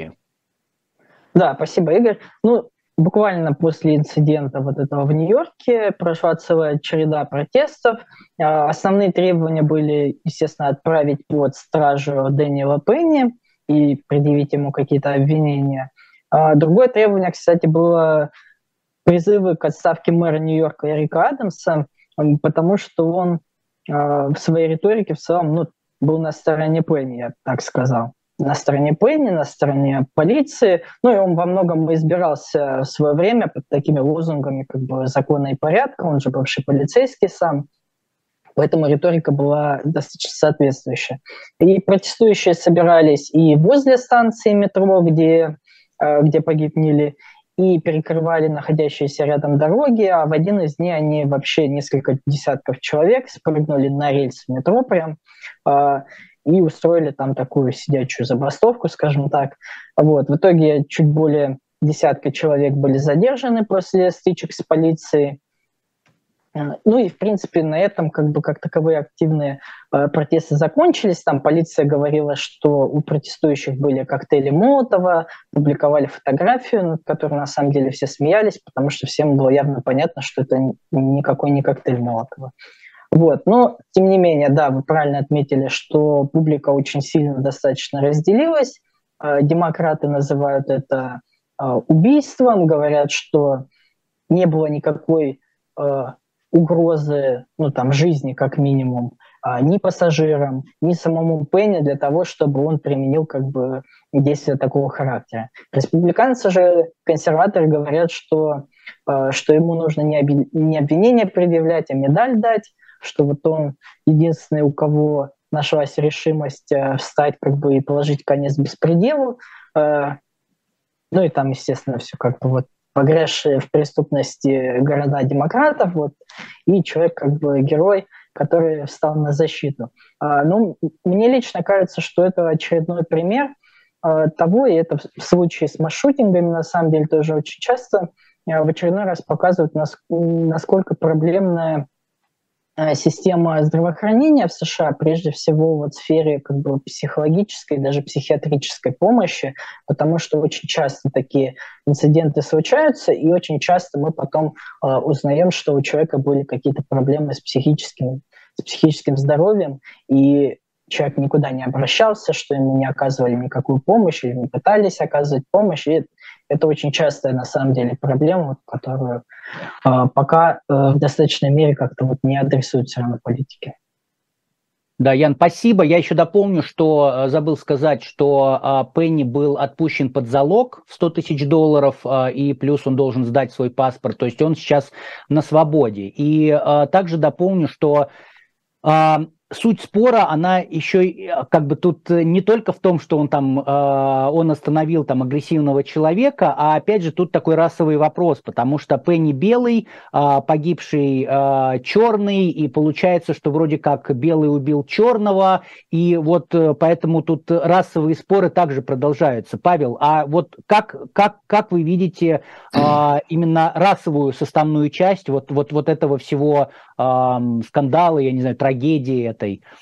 Да, спасибо, Игорь. Ну, буквально после инцидента вот этого в Нью-Йорке прошла целая череда протестов. Основные требования были, естественно, отправить под стражу Дэниела Пенни и предъявить ему какие-то обвинения. Другое требование, кстати, было призывы к отставке мэра Нью-Йорка Эрика Адамса, потому что он в своей риторике в целом ну, был на стороне Пенни, я так сказал. На стороне Пенни, на стороне полиции. Ну и он во многом избирался в свое время под такими лозунгами, как бы закона и порядка, он же бывший полицейский сам. Поэтому риторика была достаточно соответствующая. И протестующие собирались и возле станции метро, где, где погиб Нили, и перекрывали находящиеся рядом дороги, а в один из дней они вообще несколько десятков человек спрыгнули на рельсы метро прям, и устроили там такую сидячую забастовку, скажем так. Вот. В итоге чуть более десятка человек были задержаны после стычек с полицией. Ну и, в принципе, на этом как бы как таковые активные э, протесты закончились. Там полиция говорила, что у протестующих были коктейли Молотова, публиковали фотографию, над которой на самом деле все смеялись, потому что всем было явно понятно, что это никакой не коктейль Молотова. Вот. Но, тем не менее, да, вы правильно отметили, что публика очень сильно достаточно разделилась. Демократы называют это убийством, говорят, что не было никакой угрозы, ну, там, жизни, как минимум, а, ни пассажирам, ни самому Пенни для того, чтобы он применил как бы действия такого характера. Республиканцы же, консерваторы говорят, что, а, что ему нужно не, оби- не обвинение предъявлять, а медаль дать, что вот он единственный, у кого нашлась решимость а, встать как бы и положить конец беспределу. А, ну и там, естественно, все как бы вот погрязшие в преступности города демократов, вот, и человек как бы герой, который встал на защиту. А, ну, мне лично кажется, что это очередной пример а, того, и это в случае с масс-шутингами на самом деле тоже очень часто а, в очередной раз показывает, нас, насколько проблемная система здравоохранения в США, прежде всего вот в сфере как бы психологической, даже психиатрической помощи, потому что очень часто такие инциденты случаются, и очень часто мы потом э, узнаем, что у человека были какие-то проблемы с психическим, с психическим здоровьем, и человек никуда не обращался, что ему не оказывали никакую помощь или не пытались оказывать помощь. И это очень частая на самом деле проблема, которую э, пока э, в достаточной мере как-то вот не адресуют все равно политики. Да, Ян, спасибо. Я еще дополню, что э, забыл сказать, что э, Пенни был отпущен под залог в сто тысяч долларов, э, и плюс он должен сдать свой паспорт, то есть он сейчас на свободе. И э, также дополню, что э, суть спора, она еще как бы тут не только в том, что он там, э, он остановил там агрессивного человека, а опять же тут такой расовый вопрос, потому что Пенни белый, э, погибший э, черный, и получается, что вроде как белый убил черного, и вот э, поэтому тут расовые споры также продолжаются. Павел, а вот как, как, как вы видите э, именно расовую составную часть вот, вот, вот этого всего э, скандала, я не знаю, трагедии этой?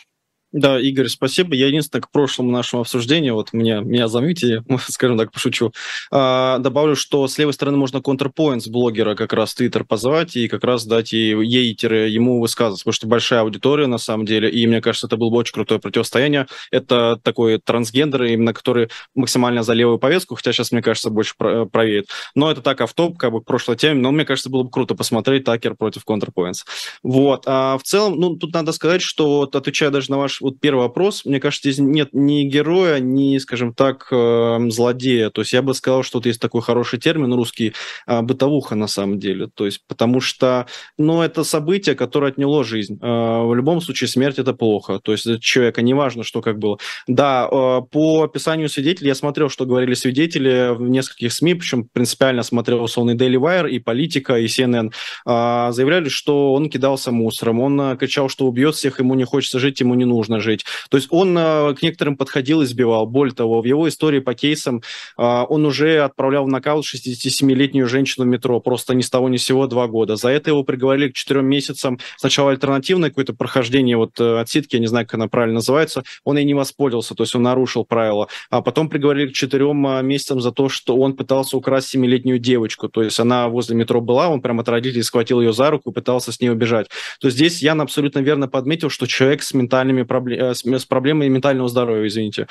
Да, Игорь, спасибо. Я единственное, к прошлому нашему обсуждению, вот меня, меня замьюти, скажем так, пошучу, а, добавлю, что с левой стороны можно контрпоинт блогера как раз в Твиттер позвать и как раз дать ей, ей-ему высказываться, потому что большая аудитория на самом деле, и мне кажется, это было бы очень крутое противостояние. Это такой трансгендер, именно который максимально за левую повестку, хотя сейчас, мне кажется, больше правеет. Но это так автоп, как бы к прошлой теме, но мне кажется, было бы круто посмотреть Такер против контрпоинтс. Вот. А в целом, ну, тут надо сказать, что, вот, отвечая даже на ваш вот первый вопрос, мне кажется, здесь нет ни героя, ни, скажем так, э, злодея. То есть я бы сказал, что вот есть такой хороший термин русский, э, бытовуха на самом деле. То есть потому что, ну, это событие, которое отняло жизнь. Э, в любом случае смерть – это плохо. То есть человека, неважно, что как было. Да, э, по описанию свидетелей, я смотрел, что говорили свидетели в нескольких СМИ, причем принципиально смотрел условно и Daily Wire, и Политика, и си эн эн. Э, заявляли, что он кидался мусором, он э, кричал, что убьет всех, ему не хочется жить, ему не нужно жить. То есть он э, к некоторым подходил и сбивал. Более того, в его истории по кейсам э, он уже отправлял в нокаут шестидесятисемилетнюю женщину в метро, просто ни с того ни с сего два года. За это его приговорили к четырем месяцам. Сначала альтернативное какое-то прохождение вот, э, отсидки, я не знаю, как она правильно называется, он и не воспользовался, то есть он нарушил правила. А потом приговорили к четырем э, месяцам за то, что он пытался украсть семилетнюю девочку. То есть она возле метро была, он прямо от родителей схватил ее за руку и пытался с ней убежать. То есть здесь Ян абсолютно верно подметил, что человек с ментальными проблемами, с проблемой ментального здоровья, извините.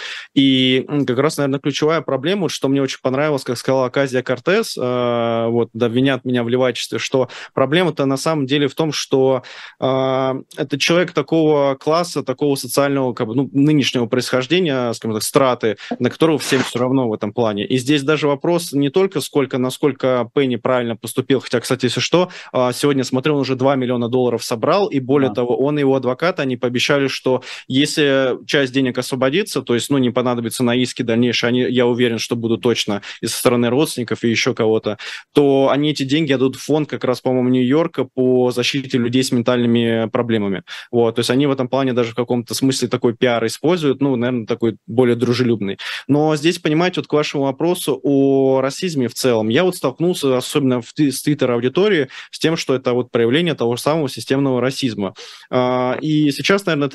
И как раз, наверное, ключевая проблема, что мне очень понравилось, как сказала Оказия Кортес, э, вот, да, винят меня в левачестве, что проблема-то на самом деле в том, что э, это человек такого класса, такого социального, как бы, ну, нынешнего происхождения, скажем так, страты, на которого всем все равно в этом плане. И здесь даже вопрос не только сколько, насколько Пенни правильно поступил, хотя, кстати, если что, э, сегодня смотрел, он уже два миллиона долларов собрал, и более да. того, он и его адвокат, они пообещали, что если часть денег освободится, то есть, ну, не понадобится на иски дальнейшие, они, я уверен, что будут точно и со стороны родственников, и еще кого-то, то они эти деньги отдадут в фонд как раз, по-моему, Нью-Йорка по защите людей с ментальными проблемами. Вот, то есть они в этом плане даже в каком-то смысле такой пиар используют, ну, наверное, такой более дружелюбный. Но здесь, понимаете, вот к вашему вопросу о расизме в целом, я вот столкнулся, особенно в, с Твиттер-аудитории, с тем, что это вот проявление того же самого системного расизма. И сейчас, наверное, эта тема,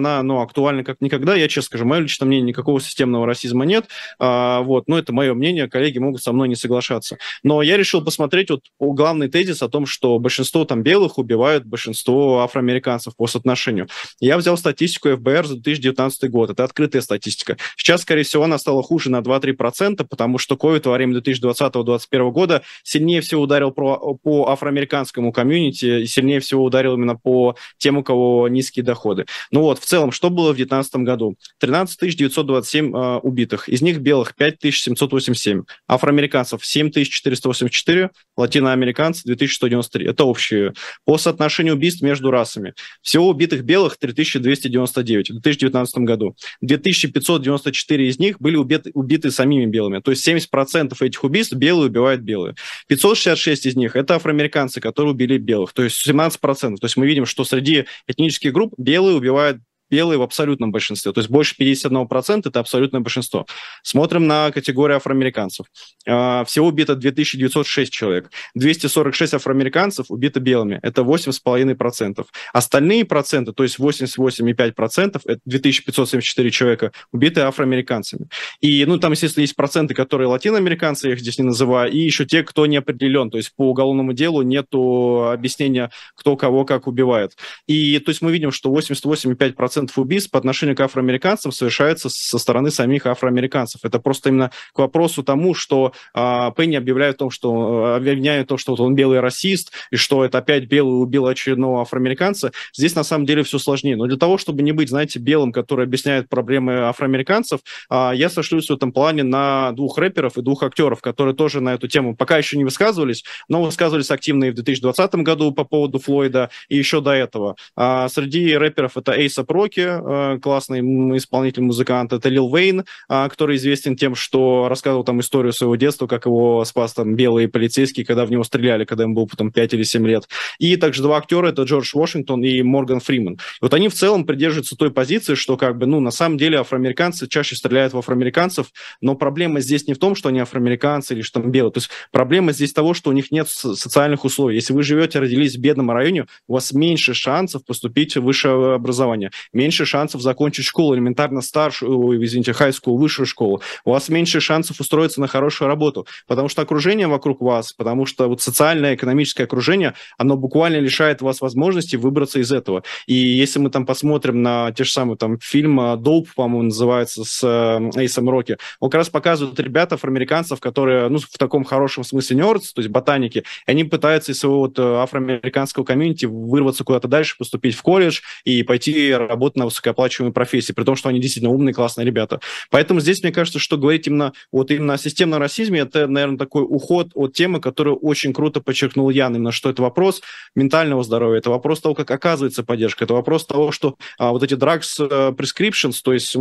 она, ну, актуальна как никогда. Я, честно скажу, мое личное мнение, никакого системного расизма нет. А, вот, но это мое мнение, коллеги могут со мной не соглашаться. Но я решил посмотреть вот главный тезис о том, что большинство там белых убивают большинство афроамериканцев по соотношению. Я взял статистику эф бэ эр за две тысячи девятнадцатый год. Это открытая статистика. Сейчас, скорее всего, она стала хуже на два-три процента, потому что ковид во время две тысячи двадцатого — две тысячи двадцать первого года сильнее всего ударил по, по афроамериканскому комьюнити и сильнее всего ударил именно по тем, у кого низкие доходы. Ну вот, в целом, что было в две тысячи девятнадцатом году? тринадцать тысяч девятьсот двадцать семь э, убитых. Из них белых пять тысяч семьсот восемьдесят семь. Афроамериканцев семь тысяч четыреста восемьдесят четыре. Латиноамериканцев две тысячи сто девяносто три. Это общие. По соотношению убийств между расами. Всего убитых белых три тысячи двести девяносто девять в две тысячи девятнадцатом году. две тысячи пятьсот девяносто четыре из них были убиты, убиты самими белыми. То есть семьдесят процентов этих убийств белые убивают белые. пятьсот шестьдесят шесть из них — это афроамериканцы, которые убили белых. То есть семнадцать процентов. То есть мы видим, что среди этнических групп белые убивают белые в абсолютном большинстве. То есть больше пятьдесят один процент — это абсолютное большинство. Смотрим на категорию афроамериканцев. Всего убито две тысячи девятьсот шесть человек. двести сорок шесть афроамериканцев убито белыми. Это восемь целых пять десятых процента. Остальные проценты, то есть восемьдесят восемь целых пять десятых процента, это две тысячи пятьсот семьдесят четыре человека, убиты афроамериканцами. И, ну, там, естественно, есть проценты, которые латиноамериканцы, я их здесь не называю, и еще те, кто не определен. То есть по уголовному делу нету объяснения, кто кого как убивает. И, то есть мы видим, что восемьдесят восемь целых пять десятых процента убийств по отношению к афроамериканцам совершается со стороны самих афроамериканцев. Это просто именно к вопросу тому, что а, Пенни объявляет о том, что обвиняет в том, что вот он белый расист, и что это опять белый убил очередного афроамериканца. Здесь на самом деле все сложнее. Но для того, чтобы не быть, знаете, белым, который объясняет проблемы афроамериканцев, а, я сошлюсь в этом плане на двух рэперов и двух актеров, которые тоже на эту тему пока еще не высказывались, но высказывались активно и в две тысячи двадцатом году по поводу Флойда, и еще до этого. А, среди рэперов это A$эй$ап Rocky, классный исполнитель-музыкант, это Лил Вейн, который известен тем, что рассказывал там историю своего детства, как его спас там белый полицейский, когда в него стреляли, когда ему было потом пять или семь лет. И также два актера, это Джордж Вашингтон и Морган Фриман. И вот они в целом придерживаются той позиции, что как бы, ну, на самом деле афроамериканцы чаще стреляют в афроамериканцев, но проблема здесь не в том, что они афроамериканцы или что там белые. То есть проблема здесь того, что у них нет социальных условий. Если вы живете, родились в бедном районе, у вас меньше шансов поступить в высшее образование, меньше шансов закончить школу, элементарно старшую, извините, high school, высшую школу. У вас меньше шансов устроиться на хорошую работу, потому что окружение вокруг вас, потому что вот социальное, экономическое окружение, оно буквально лишает вас возможности выбраться из этого. И если мы там посмотрим на те же самые там фильм «Доуп», по-моему, называется, с A$эй$ап Rocky, он как раз показывает ребят, афроамериканцев, которые, ну, в таком хорошем смысле нердс, то есть ботаники, они пытаются из своего вот афроамериканского комьюнити вырваться куда-то дальше, поступить в колледж и пойти работать на высокооплачиваемой профессии, при том, что они действительно умные, классные ребята. Поэтому здесь, мне кажется, что говорить именно, вот именно о системном расизме, это, наверное, такой уход от темы, которую очень круто подчеркнул Ян, именно что это вопрос ментального здоровья, это вопрос того, как оказывается поддержка, это вопрос того, что а, вот эти drugs prescriptions, то есть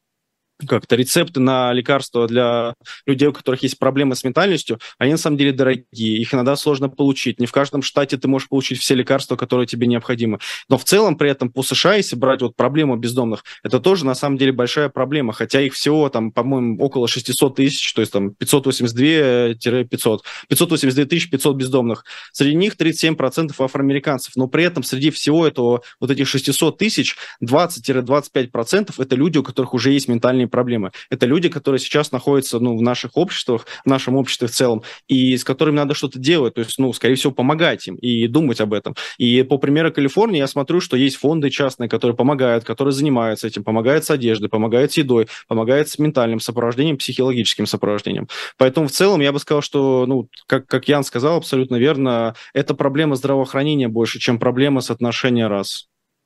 как-то рецепты на лекарства для людей, у которых есть проблемы с ментальностью, они на самом деле дорогие, их иногда сложно получить. Не в каждом штате ты можешь получить все лекарства, которые тебе необходимы. Но в целом при этом по США, если брать вот проблему бездомных, это тоже на самом деле большая проблема, хотя их всего там, по-моему, около шестьсот тысяч, то есть там пятьсот восемьдесят два - пятьсот, пятьсот восемьдесят две тысячи пятьсот бездомных. Среди них тридцать семь процентов афроамериканцев, но при этом среди всего этого, вот этих шестисот тысяч, двадцать - двадцать пять процентов это люди, у которых уже есть ментальные проблемы. Это люди, которые сейчас находятся, ну, в наших обществах, в нашем обществе в целом, и с которыми надо что-то делать, то есть, ну, скорее всего, помогать им и думать об этом. И по примеру Калифорнии я смотрю, что есть фонды частные, которые помогают, которые занимаются этим, помогают с одеждой, помогают с едой, помогают с ментальным сопровождением, психологическим сопровождением. Поэтому в целом я бы сказал, что, ну, как, как Ян сказал, абсолютно верно, это проблема здравоохранения больше, чем проблема соотношения рас.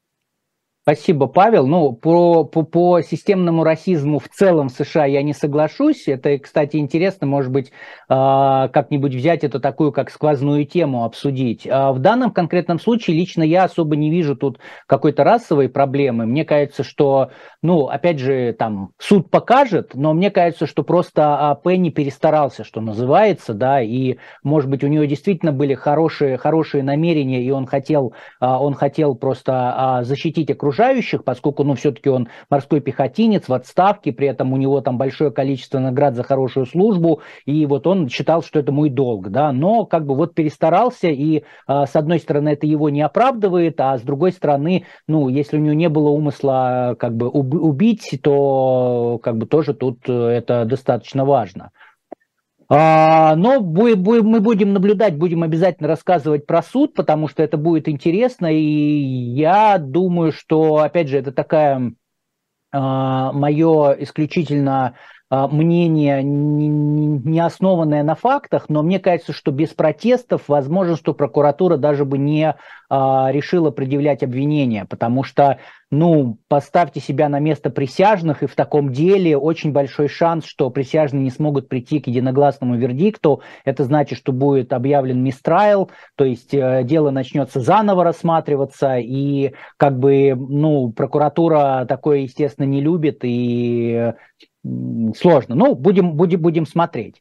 Спасибо, Павел. Ну, по, по, по системному расизму в целом в США я не соглашусь. Это, кстати, интересно, может быть, как-нибудь взять эту такую, как сквозную тему обсудить. В данном конкретном случае лично я особо не вижу тут какой-то расовой проблемы. Мне кажется, что, ну, опять же, там, суд покажет, но мне кажется, что просто Пенни перестарался, что называется, да, и, может быть, у него действительно были хорошие, хорошие намерения, и он хотел, он хотел просто защитить окружение окружающих, поскольку, ну, все-таки он морской пехотинец в отставке, при этом у него там большое количество наград за хорошую службу, и вот он считал, что это мой долг, да, но как бы вот перестарался, и э, с одной стороны это его не оправдывает, а с другой стороны, ну, если у него не было умысла как бы уб- убить, то как бы тоже тут это достаточно важно. А, но бу- бу- мы будем наблюдать, будем обязательно рассказывать про суд, потому что это будет интересно, и я думаю, что, опять же, это такая а, мое исключительно а, мнение, не, не основанное на фактах, но мне кажется, что без протестов возможно, что прокуратура даже бы не а, решила предъявлять обвинения, потому что, ну, поставьте себя на место присяжных, и в таком деле очень большой шанс, что присяжные не смогут прийти к единогласному вердикту. Это значит, что будет объявлен мистрайл, то есть э, дело начнется заново рассматриваться, и как бы, ну, прокуратура такое, естественно, не любит, и м, сложно. Ну, будем, будем, будем смотреть.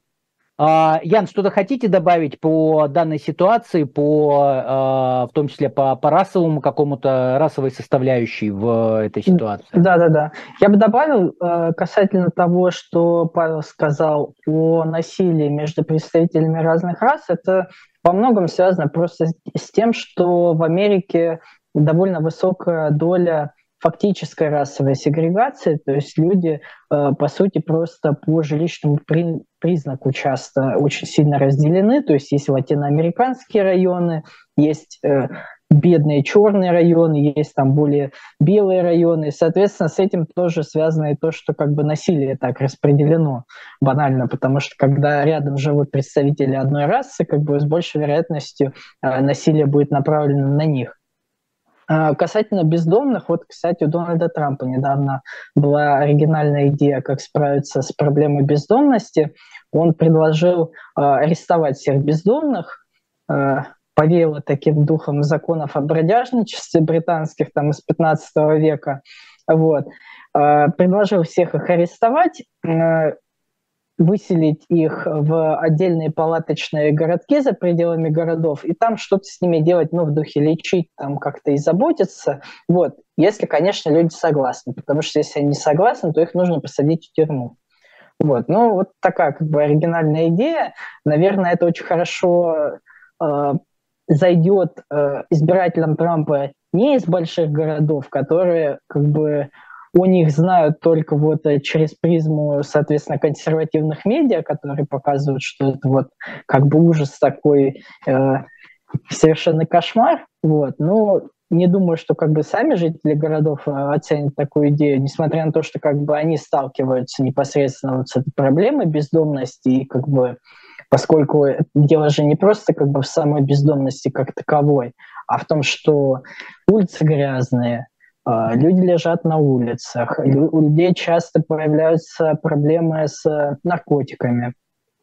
А, Ян, что-то хотите добавить по данной ситуации, по, а, в том числе по, по расовому какому-то, расовой составляющей в этой ситуации? Да, да, да. Я бы добавил э, касательно того, что Павел сказал о насилии между представителями разных рас, это во многом связано просто с тем, что в Америке довольно высокая доля фактической расовой сегрегации, то есть люди, э, по сути, просто по жилищному при, признаку часто очень сильно разделены, то есть есть латиноамериканские районы, есть э, бедные черные районы, есть там более белые районы, и, соответственно, с этим тоже связано и то, что как бы насилие так распределено банально, потому что когда рядом живут представители одной расы, как бы с большей вероятностью э, насилие будет направлено на них. Касательно бездомных, вот, кстати, у Дональда Трампа недавно была оригинальная идея, как справиться с проблемой бездомности. Он предложил э, арестовать всех бездомных, э, повеяло таким духом законов о бродяжничестве британских там, из пятнадцатого века. Вот. Э, предложил всех их арестовать, э, выселить их в отдельные палаточные городки за пределами городов, и там что-то с ними делать, ну, в духе лечить, там как-то и заботиться. Вот. Если, конечно, люди согласны, потому что если они не согласны, то их нужно посадить в тюрьму. Вот. Ну, вот такая как бы оригинальная идея. Наверное, это очень хорошо э, зайдет э, избирателям Трампа не из больших городов, которые как бы у них знают только вот через призму, соответственно, консервативных медиа, которые показывают, что это вот как бы ужас такой, э, совершенно кошмар. Вот. Но не думаю, что как бы сами жители городов оценят такую идею, несмотря на то, что как бы они сталкиваются непосредственно вот с этой проблемой бездомности, и как бы поскольку дело же не просто как бы в самой бездомности как таковой, а в том, что улицы грязные, люди лежат на улицах, у людей часто появляются проблемы с наркотиками.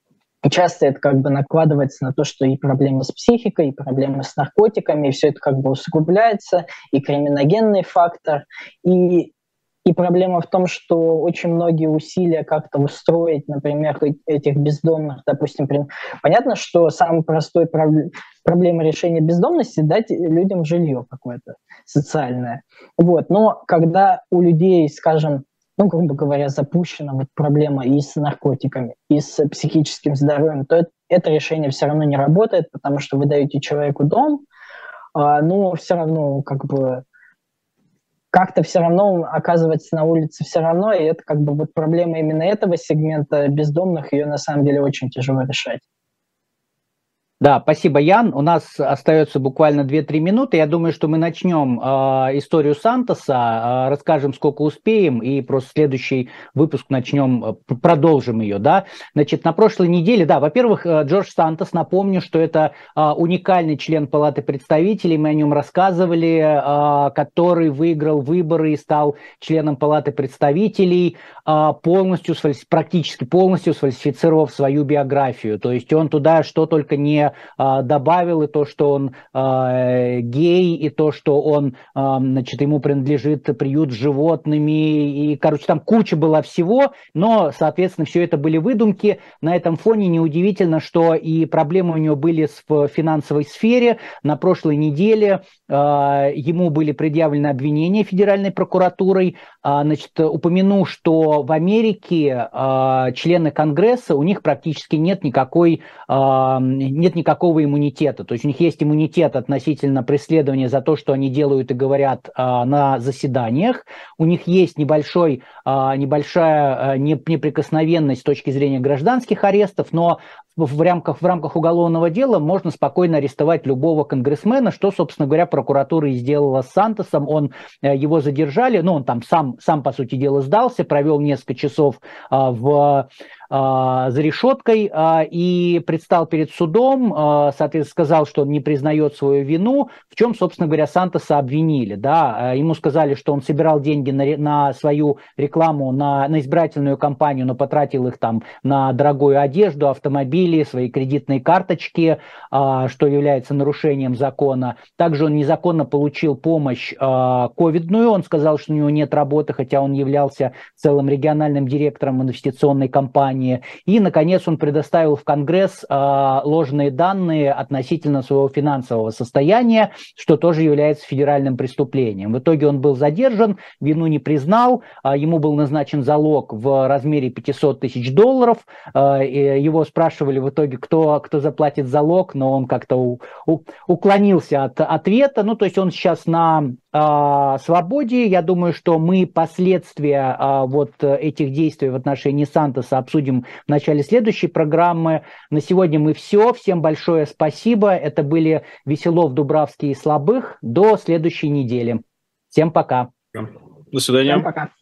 И часто это как бы накладывается на то, что и проблемы с психикой, и проблемы с наркотиками, и все это как бы усугубляется, и криминогенный фактор, и, и проблема в том, что очень многие усилия как-то устроить, например, этих бездомных, допустим, понятно, что самой простой проблемой проблема решения бездомности — дать людям жилье какое-то социальное. Вот. Но когда у людей, скажем, ну, грубо говоря, запущена вот проблема и с наркотиками, и с психическим здоровьем, то это, это решение все равно не работает, потому что вы даете человеку дом, а, но все равно как бы как-то все равно он оказывается на улице все равно, и это как бы вот проблема именно этого сегмента бездомных, ее на самом деле очень тяжело решать. Да, спасибо, Ян. У нас остается буквально две-три минуты. Я думаю, что мы начнем э, историю Сантоса, э, расскажем, сколько успеем, и просто следующий выпуск начнем, э, продолжим ее. Да? Значит, на прошлой неделе, да, во-первых, э, Джордж Сантос, напомню, что это э, уникальный член Палаты представителей, мы о нем рассказывали, э, который выиграл выборы и стал членом Палаты представителей, э, полностью, практически полностью сфальсифицировав свою биографию. То есть он туда что только не уже э, добавил и то, что он э, гей, и то, что он, э, значит, ему принадлежит приют с животными, и, короче, там куча была всего, но, соответственно, все это были выдумки. На этом фоне неудивительно, что и проблемы у него были в финансовой сфере. На прошлой неделе э, ему были предъявлены обвинения Федеральной прокуратурой. Э, значит, упомяну, что в Америке э, члены Конгресса, у них практически нет никакой, э, нет никакого иммунитета. То есть у них есть иммунитет относительно преследования за то, что они делают и говорят э, на заседаниях. У них есть небольшой, э, небольшая э, неприкосновенность с точки зрения гражданских арестов, но в рамках, в рамках уголовного дела можно спокойно арестовать любого конгрессмена, что, собственно говоря, прокуратура и сделала с Сантосом. Он, его задержали, ну, он там сам, сам по сути дела, сдался, провел несколько часов а, в, а, за решеткой а, и предстал перед судом, а, соответственно, сказал, что он не признает свою вину, в чем, собственно говоря, Сантоса обвинили. Да? Ему сказали, что он собирал деньги на, на свою рекламу, на, на избирательную кампанию, но потратил их там на дорогую одежду, автомобили, свои кредитные карточки, что является нарушением закона. Также он незаконно получил помощь ковидную. Он сказал, что у него нет работы, хотя он являлся целым региональным директором инвестиционной компании. И, наконец, он предоставил в Конгресс ложные данные относительно своего финансового состояния, что тоже является федеральным преступлением. В итоге он был задержан, вину не признал, ему был назначен залог в размере пятьсот тысяч долларов. Его спрашивали в итоге, кто, кто заплатит залог, но он как-то у, у, уклонился от ответа. Ну, то есть он сейчас на э, свободе. Я думаю, что мы последствия э, вот этих действий в отношении Сантоса обсудим в начале следующей программы. На сегодня мы все. Всем большое спасибо. Это были Веселов, Дубравский и Слабых. До следующей недели. Всем пока. До свидания. Всем пока.